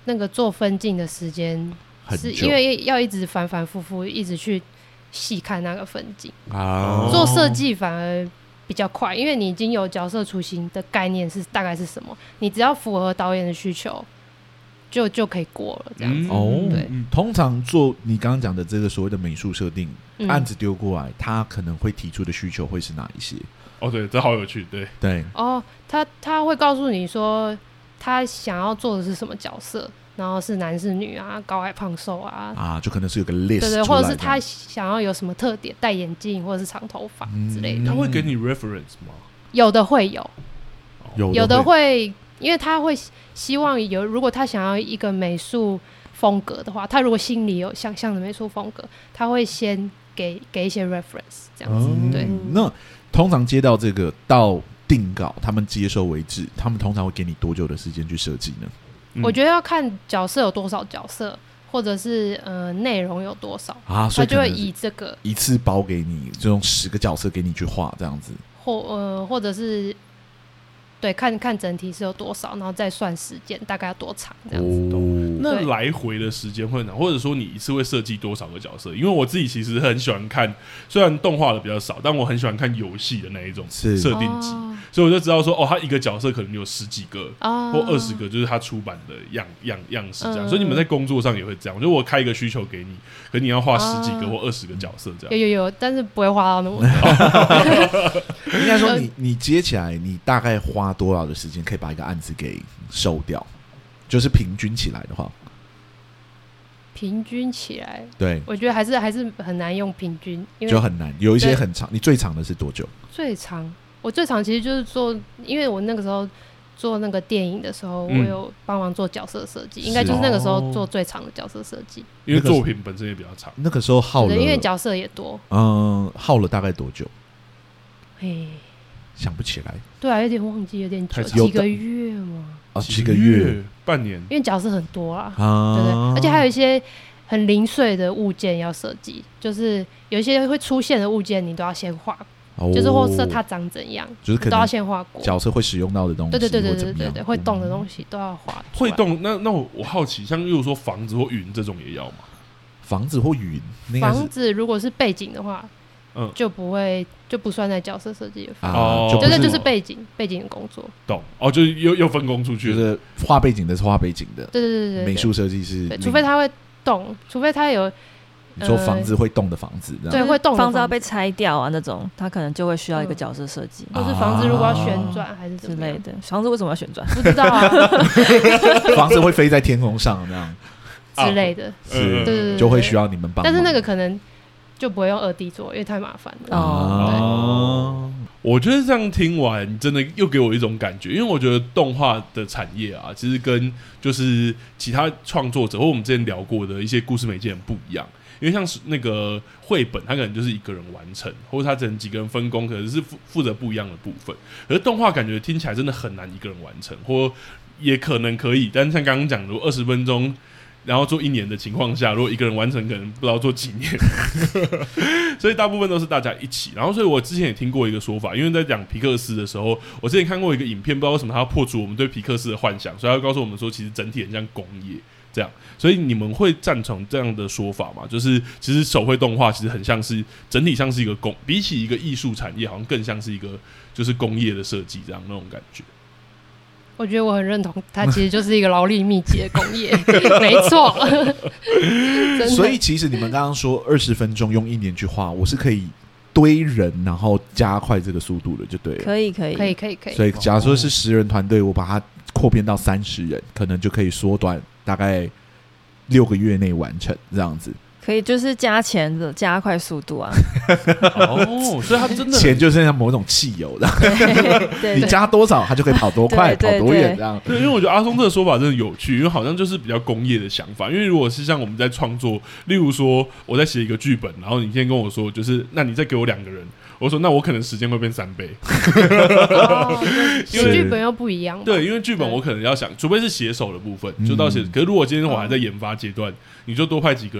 那个做分镜的时间是因为要一直反反复复一直去细看那个分镜啊，做设计反而比较快，因为你已经有角色雏形的概念是大概是什么，你只要符合导演的需求就就可以过了这样子。嗯、哦，对， 通常做你刚刚讲的这个所谓的美术设定、嗯、案子丢过来，他可能会提出的需求会是哪一些？ 哦，对，这好有趣，对对。 哦，他他会告诉你说他想要做的是什么角色，然后是男是女啊，高矮胖瘦啊， 啊，就可能是有个 list， 对对，或者是他想要有什么特点，戴眼镜或者是长头发之类的。 他会给你 reference 吗？ 有的会有， 有有的会，因为他会希望有，如果他想要一个美术风格的话，他如果心里有想象的美术风格，他会先给给一些 reference 这样子。嗯、对， 那通常接到这个到定稿，他们接受为止，他们通常会给你多久的时间去设计呢？ 我觉得要看角色有多少角色，或者是呃内容有多少啊，所以他就会以这个一次包给你，就用十个角色给你去画这样子， 或呃或者是对看看整体是有多少，然后再算时间大概要多长这样子。哦、 那来回的时间会哪？或者说你一次会设计多少个角色？因为我自己其实很喜欢看，虽然动画的比较少，但我很喜欢看游戏的那一种设定集。哦，所以我就知道说，哦，他一个角色可能有十几个、哦、或二十个，就是他出版的样样样式这样、嗯。所以你们在工作上也会这样。就我开一个需求给你，可你要画十几个或二十个角色这样。 有有有，但是不会画到那么多。 应该说你，你接起来，你大概花多少的时间可以把一个案子给收掉？就是平均起来的话， 平均起来， 对， 我觉得还是还是很难用平均，因为就很难。有一些很长，你最长的是多久？ 最长。我最常其实就是做，因为我那个时候做那个电影的时候，嗯、我有帮忙做角色设计，应该就是那个时候做最长的角色设计。 因为作品本身也比较长， 那个时候耗了， 因为角色也多， 嗯，耗了大概多久？ 嘿， 想不起来。 对啊，有点忘记，有点久，几个月嘛。 啊，几个月， 半年。 因为角色很多啦，啊、对不对？而且还有一些很零碎的物件要设计，就是有一些会出现的物件，你都要先画。哦、就是或是它长怎样， 就是可能都要先画过。 角色会使用到的东西， 对对对对对对对，会动的东西都要画。 会动，那那我我好奇，像例如说房子或云这种也要吗？ 房子或云， 房子如果是背景的话，嗯，就不会就不算在角色设计的范围。 哦， 对对，就是背景背景的工作。 懂哦，就是又又分工出去， 就是画背景的是画背景的， 对对对对， 美术设计是， 除非他会动，除非他有。 你说房子会动的房子， 对，会动的房子要被拆掉啊，那种他可能就会需要一个角色设计， 或是房子如果要旋转还是之类的。房子为什么要旋转？ 不知道啊。 房子会飞在天空上那样之类的， 是，对，就会需要你们帮忙。 但是那个可能就不会用二 D 做，因为太麻烦了。 哦，我觉得这样听完，真的又给我一种感觉，因为我觉得动画的产业啊，其实跟就是其他创作者或我们之前聊过的一些故事媒介很不一样。因为像是那个绘本，它可能就是一个人完成，或者他只能几个人分工，可能是负负责不一样的部分。而动画感觉听起来真的很难一个人完成，或也可能可以，但是像刚刚讲，如果二十分钟，然后做一年的情况下，如果一个人完成，可能不知道做几年。所以大部分都是大家一起。然后，所以我之前也听过一个说法，因为在讲皮克斯的时候，我之前看过一个影片，不知道为什么他要破除我们对皮克斯的幻想，所以他要告诉我们说，其实整体很像工业。这样，所以你们会赞成这样的说法吗？就是其实手绘动画其实很像是整体像是一个工，比起一个艺术产业，好像更像是一个就是工业的设计这样那种感觉。 我觉得我很认同，它其实就是一个劳力密集的工业，没错。 所以其实你们刚刚说二十分钟用一年去画，我是可以堆人，然后加快这个速度的，就对了。 可以可以可以可以可以。 所以假如说是十人团队，我把它扩编到三十人，可能就可以缩短大概六个月内完成这样子。 可以就是加钱的加快速度啊。 哦，所以它真的钱就是像某种汽油的，你加多少它就可以跑多快跑多远这样。 对，因为我觉得阿松这个说法真的有趣，因为好像就是比较工业的想法。因为如果是像我们在创作，例如说我在写一个剧本，然后你今天跟我说就是那你再给我两个人，我说那我可能时间会变三倍。 哦，因为剧本又不一样。 对，因为剧本我可能要想，除非是写手的部分就到写，可是如果今天我还在研发阶段，你就多派几个人，那其实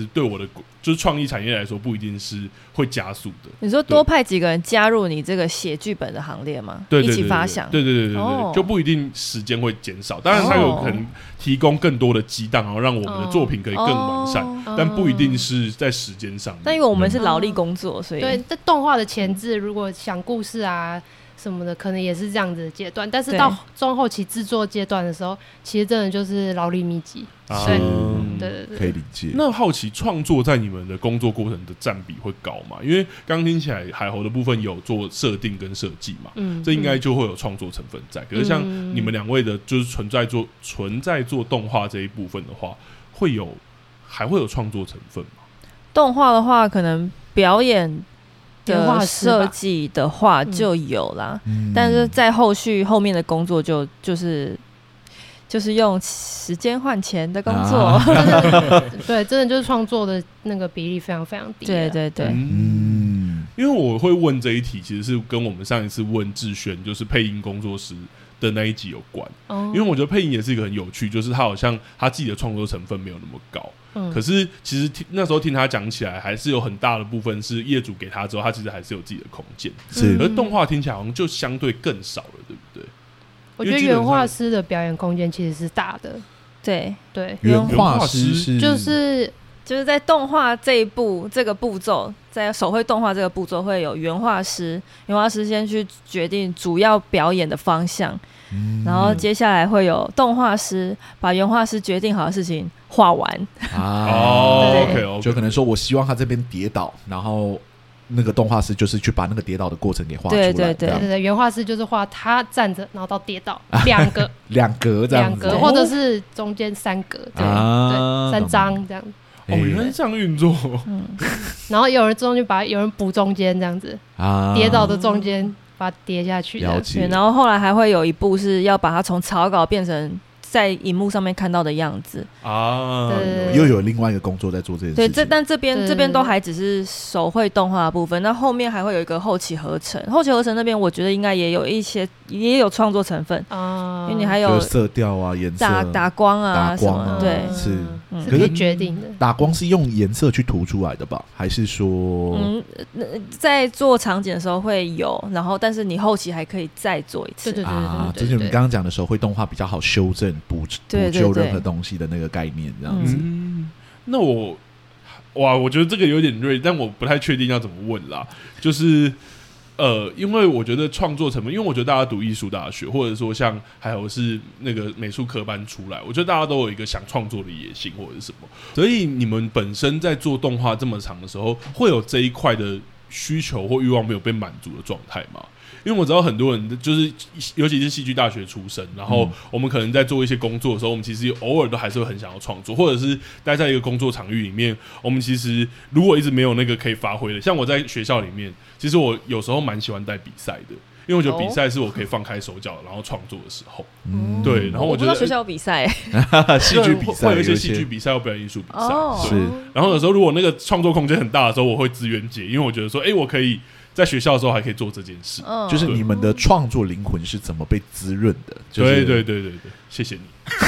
对我的就是创意产业来说，不一定是会加速的。 你说多派几个人加入你这个写剧本的行列吗？ 对对对对， 一起发想， 对对对对对，哦、就不一定时间会减少。当然，它有可能提供更多的激荡，然后让我们的作品可以更完善，哦、但不一定是在时间上面。 但因为我们是劳力工作，所以对，在动画的前置，如果想故事啊。什么的可能也是这样子的阶段，但是到中后期制作阶段的时候，其实真的就是劳力密集， 啊、 对、 嗯、 对对对， 可以理解。 那好奇创作在你们的工作过程的占比会高吗？因为刚刚听起来海猴的部分有做设定跟设计嘛，嗯，这应该就会有创作成分在。可是像你们两位的，就是存在做存在做动画这一部分的话，会有还会有创作成分吗？ 动画的话，可能表演。的设计的话就有啦、嗯、但是在后续后面的工作就就是就是用时间换钱的工作、啊、 对，真的就是创作的那个比例非常非常低。 对对对， 嗯，因为我会问这一题其实是跟我们上一次问志轩就是配音工作师的那一集有关、哦、因为我觉得配音也是一个很有趣，就是他好像他自己的创作成分没有那么高、嗯、可是其实那时候听他讲起来还是有很大的部分是业主给他之后他其实还是有自己的空间，是，而动画听起来好像就相对更少了，对不对？ 我觉得原画师的表演空间其实是大的。 对对， 原画师是就是就是在动画这一步这个步骤，在手绘动画这个步骤会有原画师，原画师先去决定主要表演的方向、嗯、然后接下来会有动画师把原画师决定好的事情画完啊。哦 ，OK OK， 就可能说我希望他这边跌倒，然后那个动画师就是去把那个跌倒的过程给画出来。对对对对对，原画师就是画他站着，然后到跌倒两格两格这样子， 两格或者是中间三格，对、啊、对，三张这样。 哦，原来是这样运作。 嗯，然后有人中间把有人补中间这样子，啊，跌倒的中间把它跌下去。 了解。 然后后来还会有一步是要把它从草稿变成在荧幕上面看到的样子啊，又有另外一个工作在做这件事情。 对，这但这边这边都还只是手绘动画的部分，那后面还会有一个后期合成。后期合成那边，我觉得应该也有一些也有创作成分啊，因为你还有色调啊、颜色、 打打光啊、 打光啊， 对， 是。 嗯、是可以决定的。 打光是用颜色去涂出来的吧？还是说，嗯， 在做场景的时候会有，然后但是你后期还可以再做一次。 对对对对啊，这就是我们刚刚讲的手绘动画比较好修正、补补救任何东西的那个概念，这样子。 嗯，那我哇，我觉得这个有点锐，但我不太确定要怎么问啦。就是呃，因为我觉得创作成本，因为我觉得大家读艺术大学，或者说像还有是那个美术科班出来，我觉得大家都有一个想创作的野心或者是什么，所以你们本身在做动画这么长的时候，会有这一块的需求或欲望没有被满足的状态吗？因为我知道很多人就是，尤其是戏剧大学出身，然后我们可能在做一些工作的时候，我们其实偶尔都还是会很想要创作，或者是待在一个工作场域里面，我们其实如果一直没有那个可以发挥的，像我在学校里面，其实我有时候蛮喜欢带比赛的，因为我觉得比赛是我可以放开手脚然后创作的时候。嗯，对，然后我觉得我不知道学校有比赛， 戏剧比赛会有一些戏剧比赛或表演艺术比赛， 哦、 是。然后有时候如果那个创作空间很大的时候，我会自愿接，因为我觉得说，哎、欸，我可以。在学校的时候还可以做这件事， 嗯、就是你们的创作灵魂是怎么被滋润的？就是、 对对对对对，谢谢你。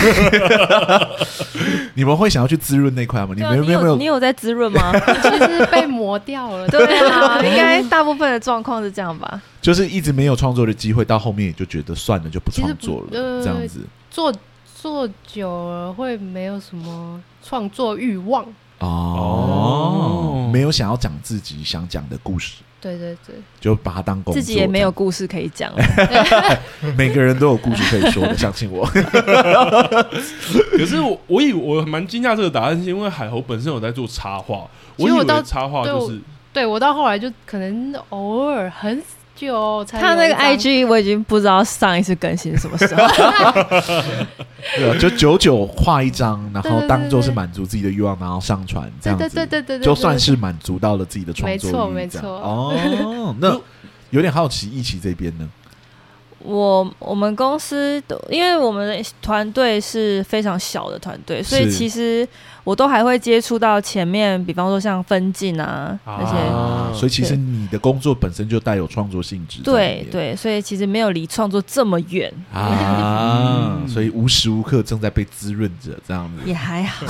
你们会想要去滋润那块吗？你们有没有？ 你有在滋润吗？ 其实被磨掉了。 对啊，应该大部分的状况是这样吧？ 就是一直没有创作的机会，到后面也就觉得算了，就不创作了，呃、这样子。 做做久了会没有什么创作欲望哦，哦没有想要讲自己想讲的故事。 对对对， 就把它当工作， 自己也没有故事可以讲了。 每个人都有故事可以说的，相信我。 可是我我以我蛮惊讶这个答案，是因为海猴本身有在做插画，我以为插画就是， 对我到后来就可能偶尔很久才。 他那个 I G 我已经不知道上一次更新什么时候。 对啊，就久久画一张，然后当做是满足自己的欲望，然后上传这样子， 对对对对， 就算是满足到了自己的创作欲， 没错没错。 哦，那有点好奇，一起这边呢？ 我我们公司的，因为我们的团队是非常小的团队，所以其实我都还会接触到前面，比方说像分镜啊那些、 啊，所以其实你的工作本身就带有创作性质。 对对，所以其实没有离创作这么远啊、嗯，所以无时无刻正在被滋润着，这样子也还好。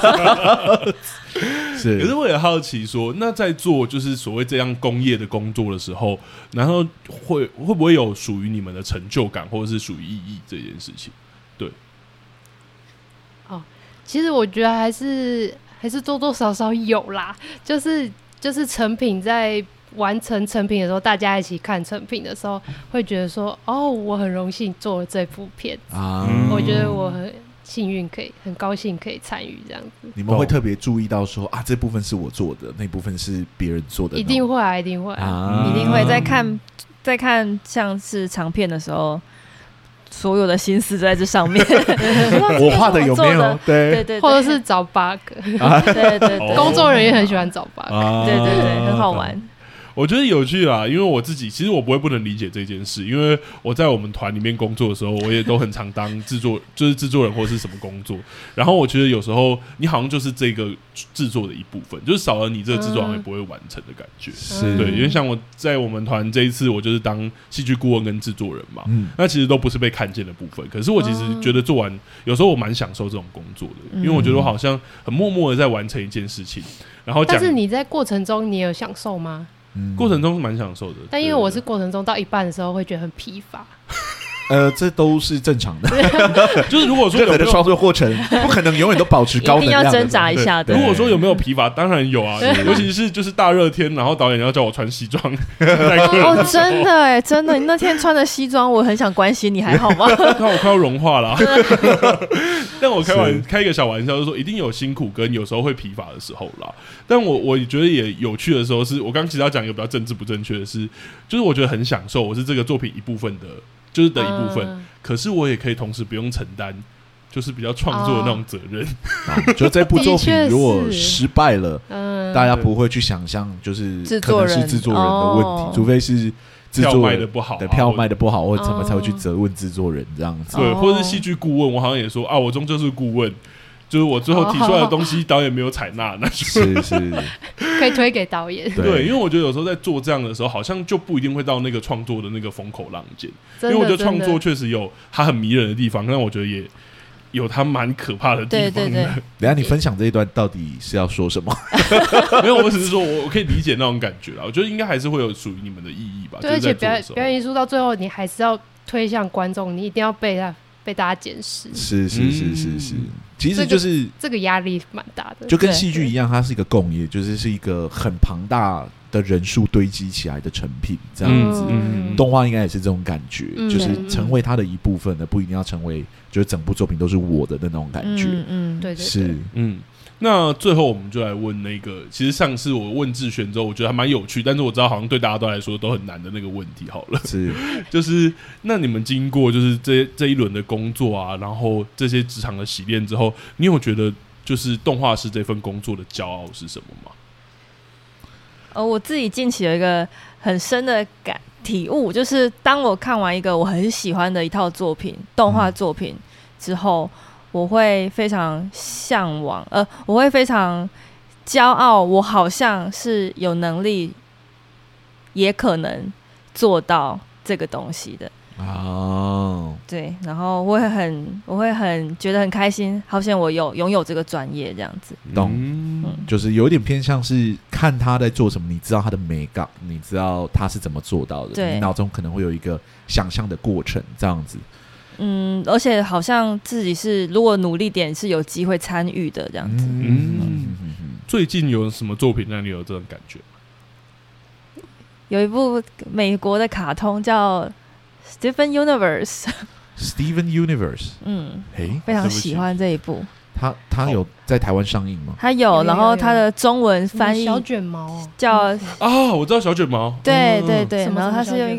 是， 可是我也好奇说，那在做就是所谓这样工业的工作的时候，然后会会不会有属于你们的成就感，或者是属于意义这件事情？对。 哦，其实我觉得还是还是多多少少有啦，就是就是成品在完成成品的时候，大家一起看成品的时候，会觉得说，哦，我很荣幸做了这部片啊，我觉得我很幸运，可以很高兴可以参与这样子。 你们会特别注意到说啊，这部分是我做的，那部分是别人做的， 一定会啊，一定会啊， 啊一定会在看在看像是长片的时候。所有的心思都在这上面我画的有没有对对对， 或者是找 bug 对对对， 工作人员很喜欢找 bug、 啊、 对对对，很好玩。 我觉得有趣啦，因为我自己其实我不会不能理解这件事，因为我在我们团里面工作的时候，我也都很常当制作，就是制作人或是什么工作。然后我觉得有时候你好像就是这个制作的一部分，就是少了你这个制作好像也不会完成的感觉。 是、 对，因为像我在我们团这一次，我就是当戏剧顾问跟制作人嘛、嗯，那其实都不是被看见的部分。可是我其实觉得做完，有时候我蛮享受这种工作的，因为我觉得我好像很默默的在完成一件事情。然后， 但是你在过程中你有享受吗？ 过程中是蛮享受的， 但因为我是过程中到一半的时候会觉得很疲乏。 呃，这都是正常的。 就是如果说任何的创作过程不可能永远都保持高能量的， 一定要挣扎一下的。 如果说有没有疲乏，当然有啊，尤其是就是大热天，然后导演要叫我穿西装。 哦，真的哎，真的，你那天穿的西装，我很想关心你，还好吗？ 看我快要融化了、啊。但我开玩开一个小玩笑，就是说一定有辛苦跟有时候会疲乏的时候啦。但我我觉得也有趣的时候是，我刚刚其实要讲一个比较政治不正确的是，就是我觉得很享受，我是这个作品一部分的。就是的一部分、嗯，可是我也可以同时不用承担，就是比较创作的那种责任。 哦、就这部作品如果失败了，大家不会去想象，就是可能是制作人的问题，除非是制作卖的不好、啊， 的票卖的不好，或者怎么才会去责问制作人这样子。 对，或者是戏剧顾问，我好像也说啊，我终究是顾问。就是我最后提出来的东西，导演没有采纳，那就是是可以推给导演。 对，因为我觉得有时候在做这样的时候，好像就不一定会到那个创作的那个风口浪尖。因为我觉得创作确实有它很迷人的地方，但我觉得也有它蛮可怕的地方的。 对对对。 等一下你分享这一段到底是要说什么？ 没有，我只是说我可以理解那种感觉啦。我觉得应该还是会有属于你们的意义吧。 对，而且表演表演艺术到最后，你还是要推向观众，你一定要被他。被大家检视， 是是是是是，其实就是、 这个、这个压力蛮大的， 就跟戏剧一样，它是一个共业，就是是一个很庞大的人数堆积起来的成品，这样子。嗯、动画应该也是这种感觉、嗯，就是成为它的一部分的，不一定要成为，就是整部作品都是我的的那种感觉。 嗯嗯，对对对， 是嗯。那最后我们就来问那个，其实上次我问志璇之后，我觉得还蛮有趣，但是我知道好像对大家都来说都很难的那个问题。好了， 是就是那你们经过就是这这一轮的工作啊，然后这些职场的洗练之后，你有觉得就是动画师这份工作的骄傲是什么吗？ 呃，我自己近期有一个很深的感体悟，就是当我看完一个我很喜欢的一套作品，动画作品之后。嗯，我会非常向往，呃，我会非常骄傲，我好像是有能力，也可能做到这个东西的。哦，对，然后我会很，我会很觉得很开心，好像我有拥有这个专业这样子。 懂、嗯，就是有点偏向是看他在做什么，你知道他的美感，你知道他是怎么做到的， 对， 你脑中可能会有一个想象的过程，这样子。 嗯，而且好像自己是如果努力点是有机会参与的这样子。嗯，嗯嗯最近有什么作品让你有这种感觉？ 有一部美国的卡通叫 Steven Universe。Steven Universe， 嗯，非常喜欢这一部。 他他有在台湾上映吗？ 他有，然后他的中文翻译小卷毛叫啊，我知道小卷毛。 对对对，然后他是用一个。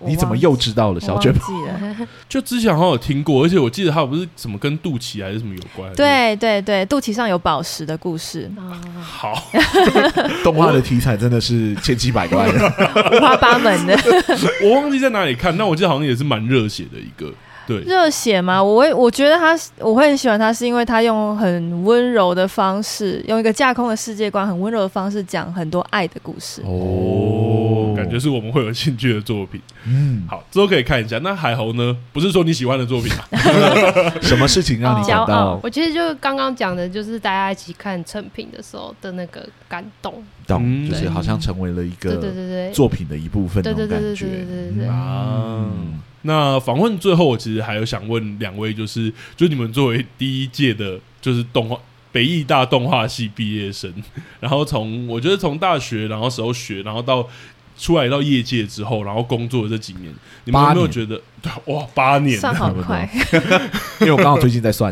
你怎么又知道了？小卷毛就之前好像有听过，而且我记得他不是什么跟肚脐还是什么有关？ 对对对，肚脐上有宝石的故事。 好， 动画的题材真的是千奇百怪的， 五花八门的。 我忘记在哪里看，但我记得好像也是蛮热血的一个。对， 热血吗？我会我觉得他，我会很喜欢他，是因为他用很温柔的方式，用一个架空的世界观，很温柔的方式讲很多爱的故事。 哦，感觉是我们会有兴趣的作品。嗯，好，之后可以看一下。那海猴呢？不是说你喜欢的作品吗？ 什么事情让你感到？ 哦、我其实就刚刚讲的，就是大家一起看成品的时候的那个感动， 懂、嗯，就是好像成为了一个对对对作品的一部分那种感觉。对对对对对啊。那访问最后，我其实还有想问两位，就是就你们作为第一届的，就是动画北艺大动画系毕业生，然后从我觉得从大学然后时候学，然后到出来到业界之后，然后工作的这几年，你们有没有觉得哇八年算好快？ 因为我刚好最近在算。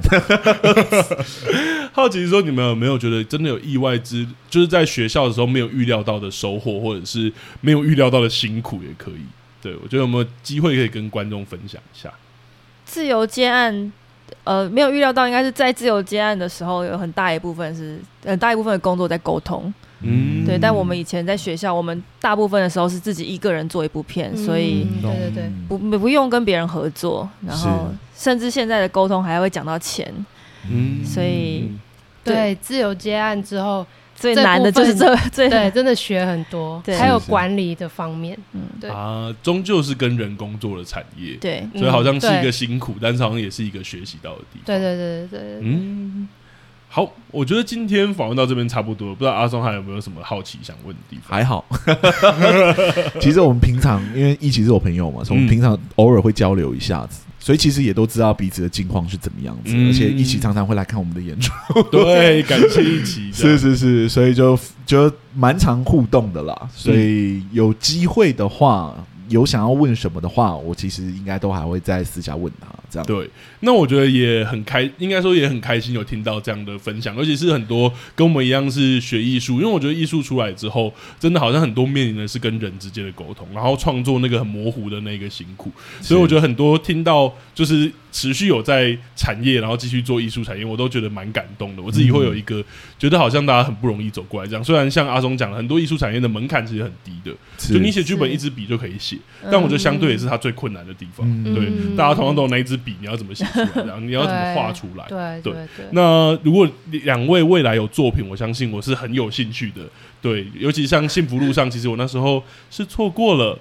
好奇说你们有没有觉得真的有意外之，就是在学校的时候没有预料到的收获，或者是没有预料到的辛苦也可以。对，我觉得有没有机会可以跟观众分享一下？ 自由接案，呃，没有预料到，应该是在自由接案的时候，有很大一部分是很大一部分的工作在沟通。嗯，对。但我们以前在学校，我们大部分的时候是自己一个人做一部片，嗯、所以对对对， 不不用跟别人合作，然后甚至现在的沟通还会讲到钱。嗯，所以对, 对自由接案之后。 最难的就是这最对，真的学很多，还有管理的方面，嗯，对啊，终究是跟人工作的产业， 对， 所以好像是一个辛苦，但是好像也是一个学习到的地方， 对对对对对， 嗯。好，我觉得今天访问到这边差不多，不知道阿松还有没有什么好奇想问的地方？ 还好，其实我们平常因为一起是我朋友嘛，所以我们平常偶尔会交流一下子。所以其实也都知道彼此的近况是怎么样子，嗯、而且一起常常会来看我们的演出。 对，感谢一起。 是是是，所以就就蛮常互动的啦。所以有机会的话，有想要问什么的话，我其实应该都还会在私下问他。这样对，那我觉得也很开，应该说也很开心有听到这样的分享，尤其是很多跟我们一样是学艺术，因为我觉得艺术出来之后，真的好像很多面临的是跟人之间的沟通，然后创作那个很模糊的那个辛苦，所以我觉得很多听到就是持续有在产业，然后继续做艺术产业，我都觉得蛮感动的。我自己会有一个、嗯、觉得好像大家很不容易走过来这样，虽然像阿松讲了，很多艺术产业的门槛其实很低的，就你写剧本一支笔就可以写，但我觉得相对也是它最困难的地方。嗯、对，嗯、大家同样都有那一支笔，你要怎么写出来？这样你要怎么画出来？ 对 对, 对, 对。 那如果两位未来有作品，我相信我是很有兴趣的。对，尤其像幸福路上，其实我那时候是错过了。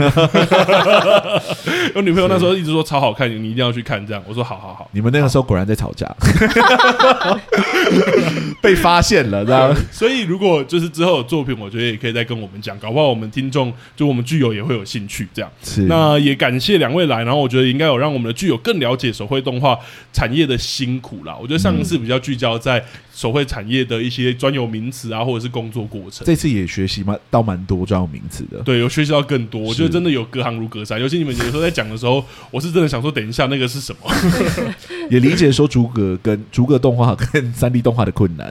我女朋友那时候一直说超好看，你一定要去看。这样，我说好好好。 你们那个时候果然在吵架，被发现了，这样。 所以如果就是之后有作品，我觉得也可以再跟我们讲，搞不好我们听众就我们剧友也会有兴趣。这样，是。那也感谢两位来，然后我觉得应该有让我们的剧友更了解手绘动画产业的辛苦啦。我觉得上一次比较聚焦在手绘产业的一些专有名词啊，或者是工作过程。 这次也学习到蛮多专有名词的， 对，有学习到更多。我觉得真的有隔行如隔山，尤其你们有时候在讲的时候，我是真的想说，等一下那个是什么？ 也理解说逐格跟逐格动画跟三 D 动画的困难。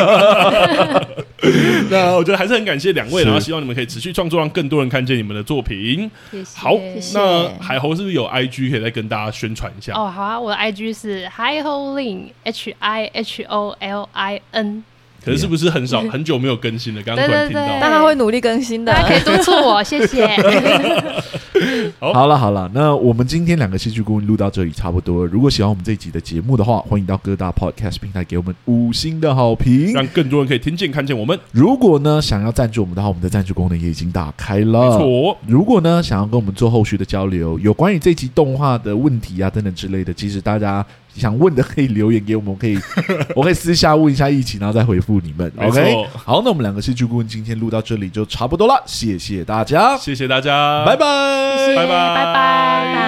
那我觉得还是很感谢两位，然后希望你们可以持续创作，让更多人看见你们的作品。 谢谢。 好，那海猴是不是有 I G 可以再跟大家宣传一下？ 哦，好啊，我的 I G 是 HiHolin H I H O L I N。 可是是不是很少很久没有更新了？刚刚突然听到， 但他会努力更新的， 大家可以督促我，谢谢。 好, 好了好了，那我们今天两个戏剧顾问录到这里差不多了。如果喜欢我们这一集的节目的话，欢迎到各大 podcast 平台给我们五星的好评， 让更多人可以听见看见我们。 如果呢想要赞助我们的话，我们的赞助功能也已经打开了。 没错。 如果呢想要跟我们做后续的交流，有关于这集动画的问题啊等等之类的，其实大家想问的可以留言给我们，我可以我可以私下问一下一起，然后再回复你们。OK， 好，那我们两个戏剧顾问今天录到这里就差不多了，谢谢大家， 谢谢大家， 拜拜， 拜拜，拜拜。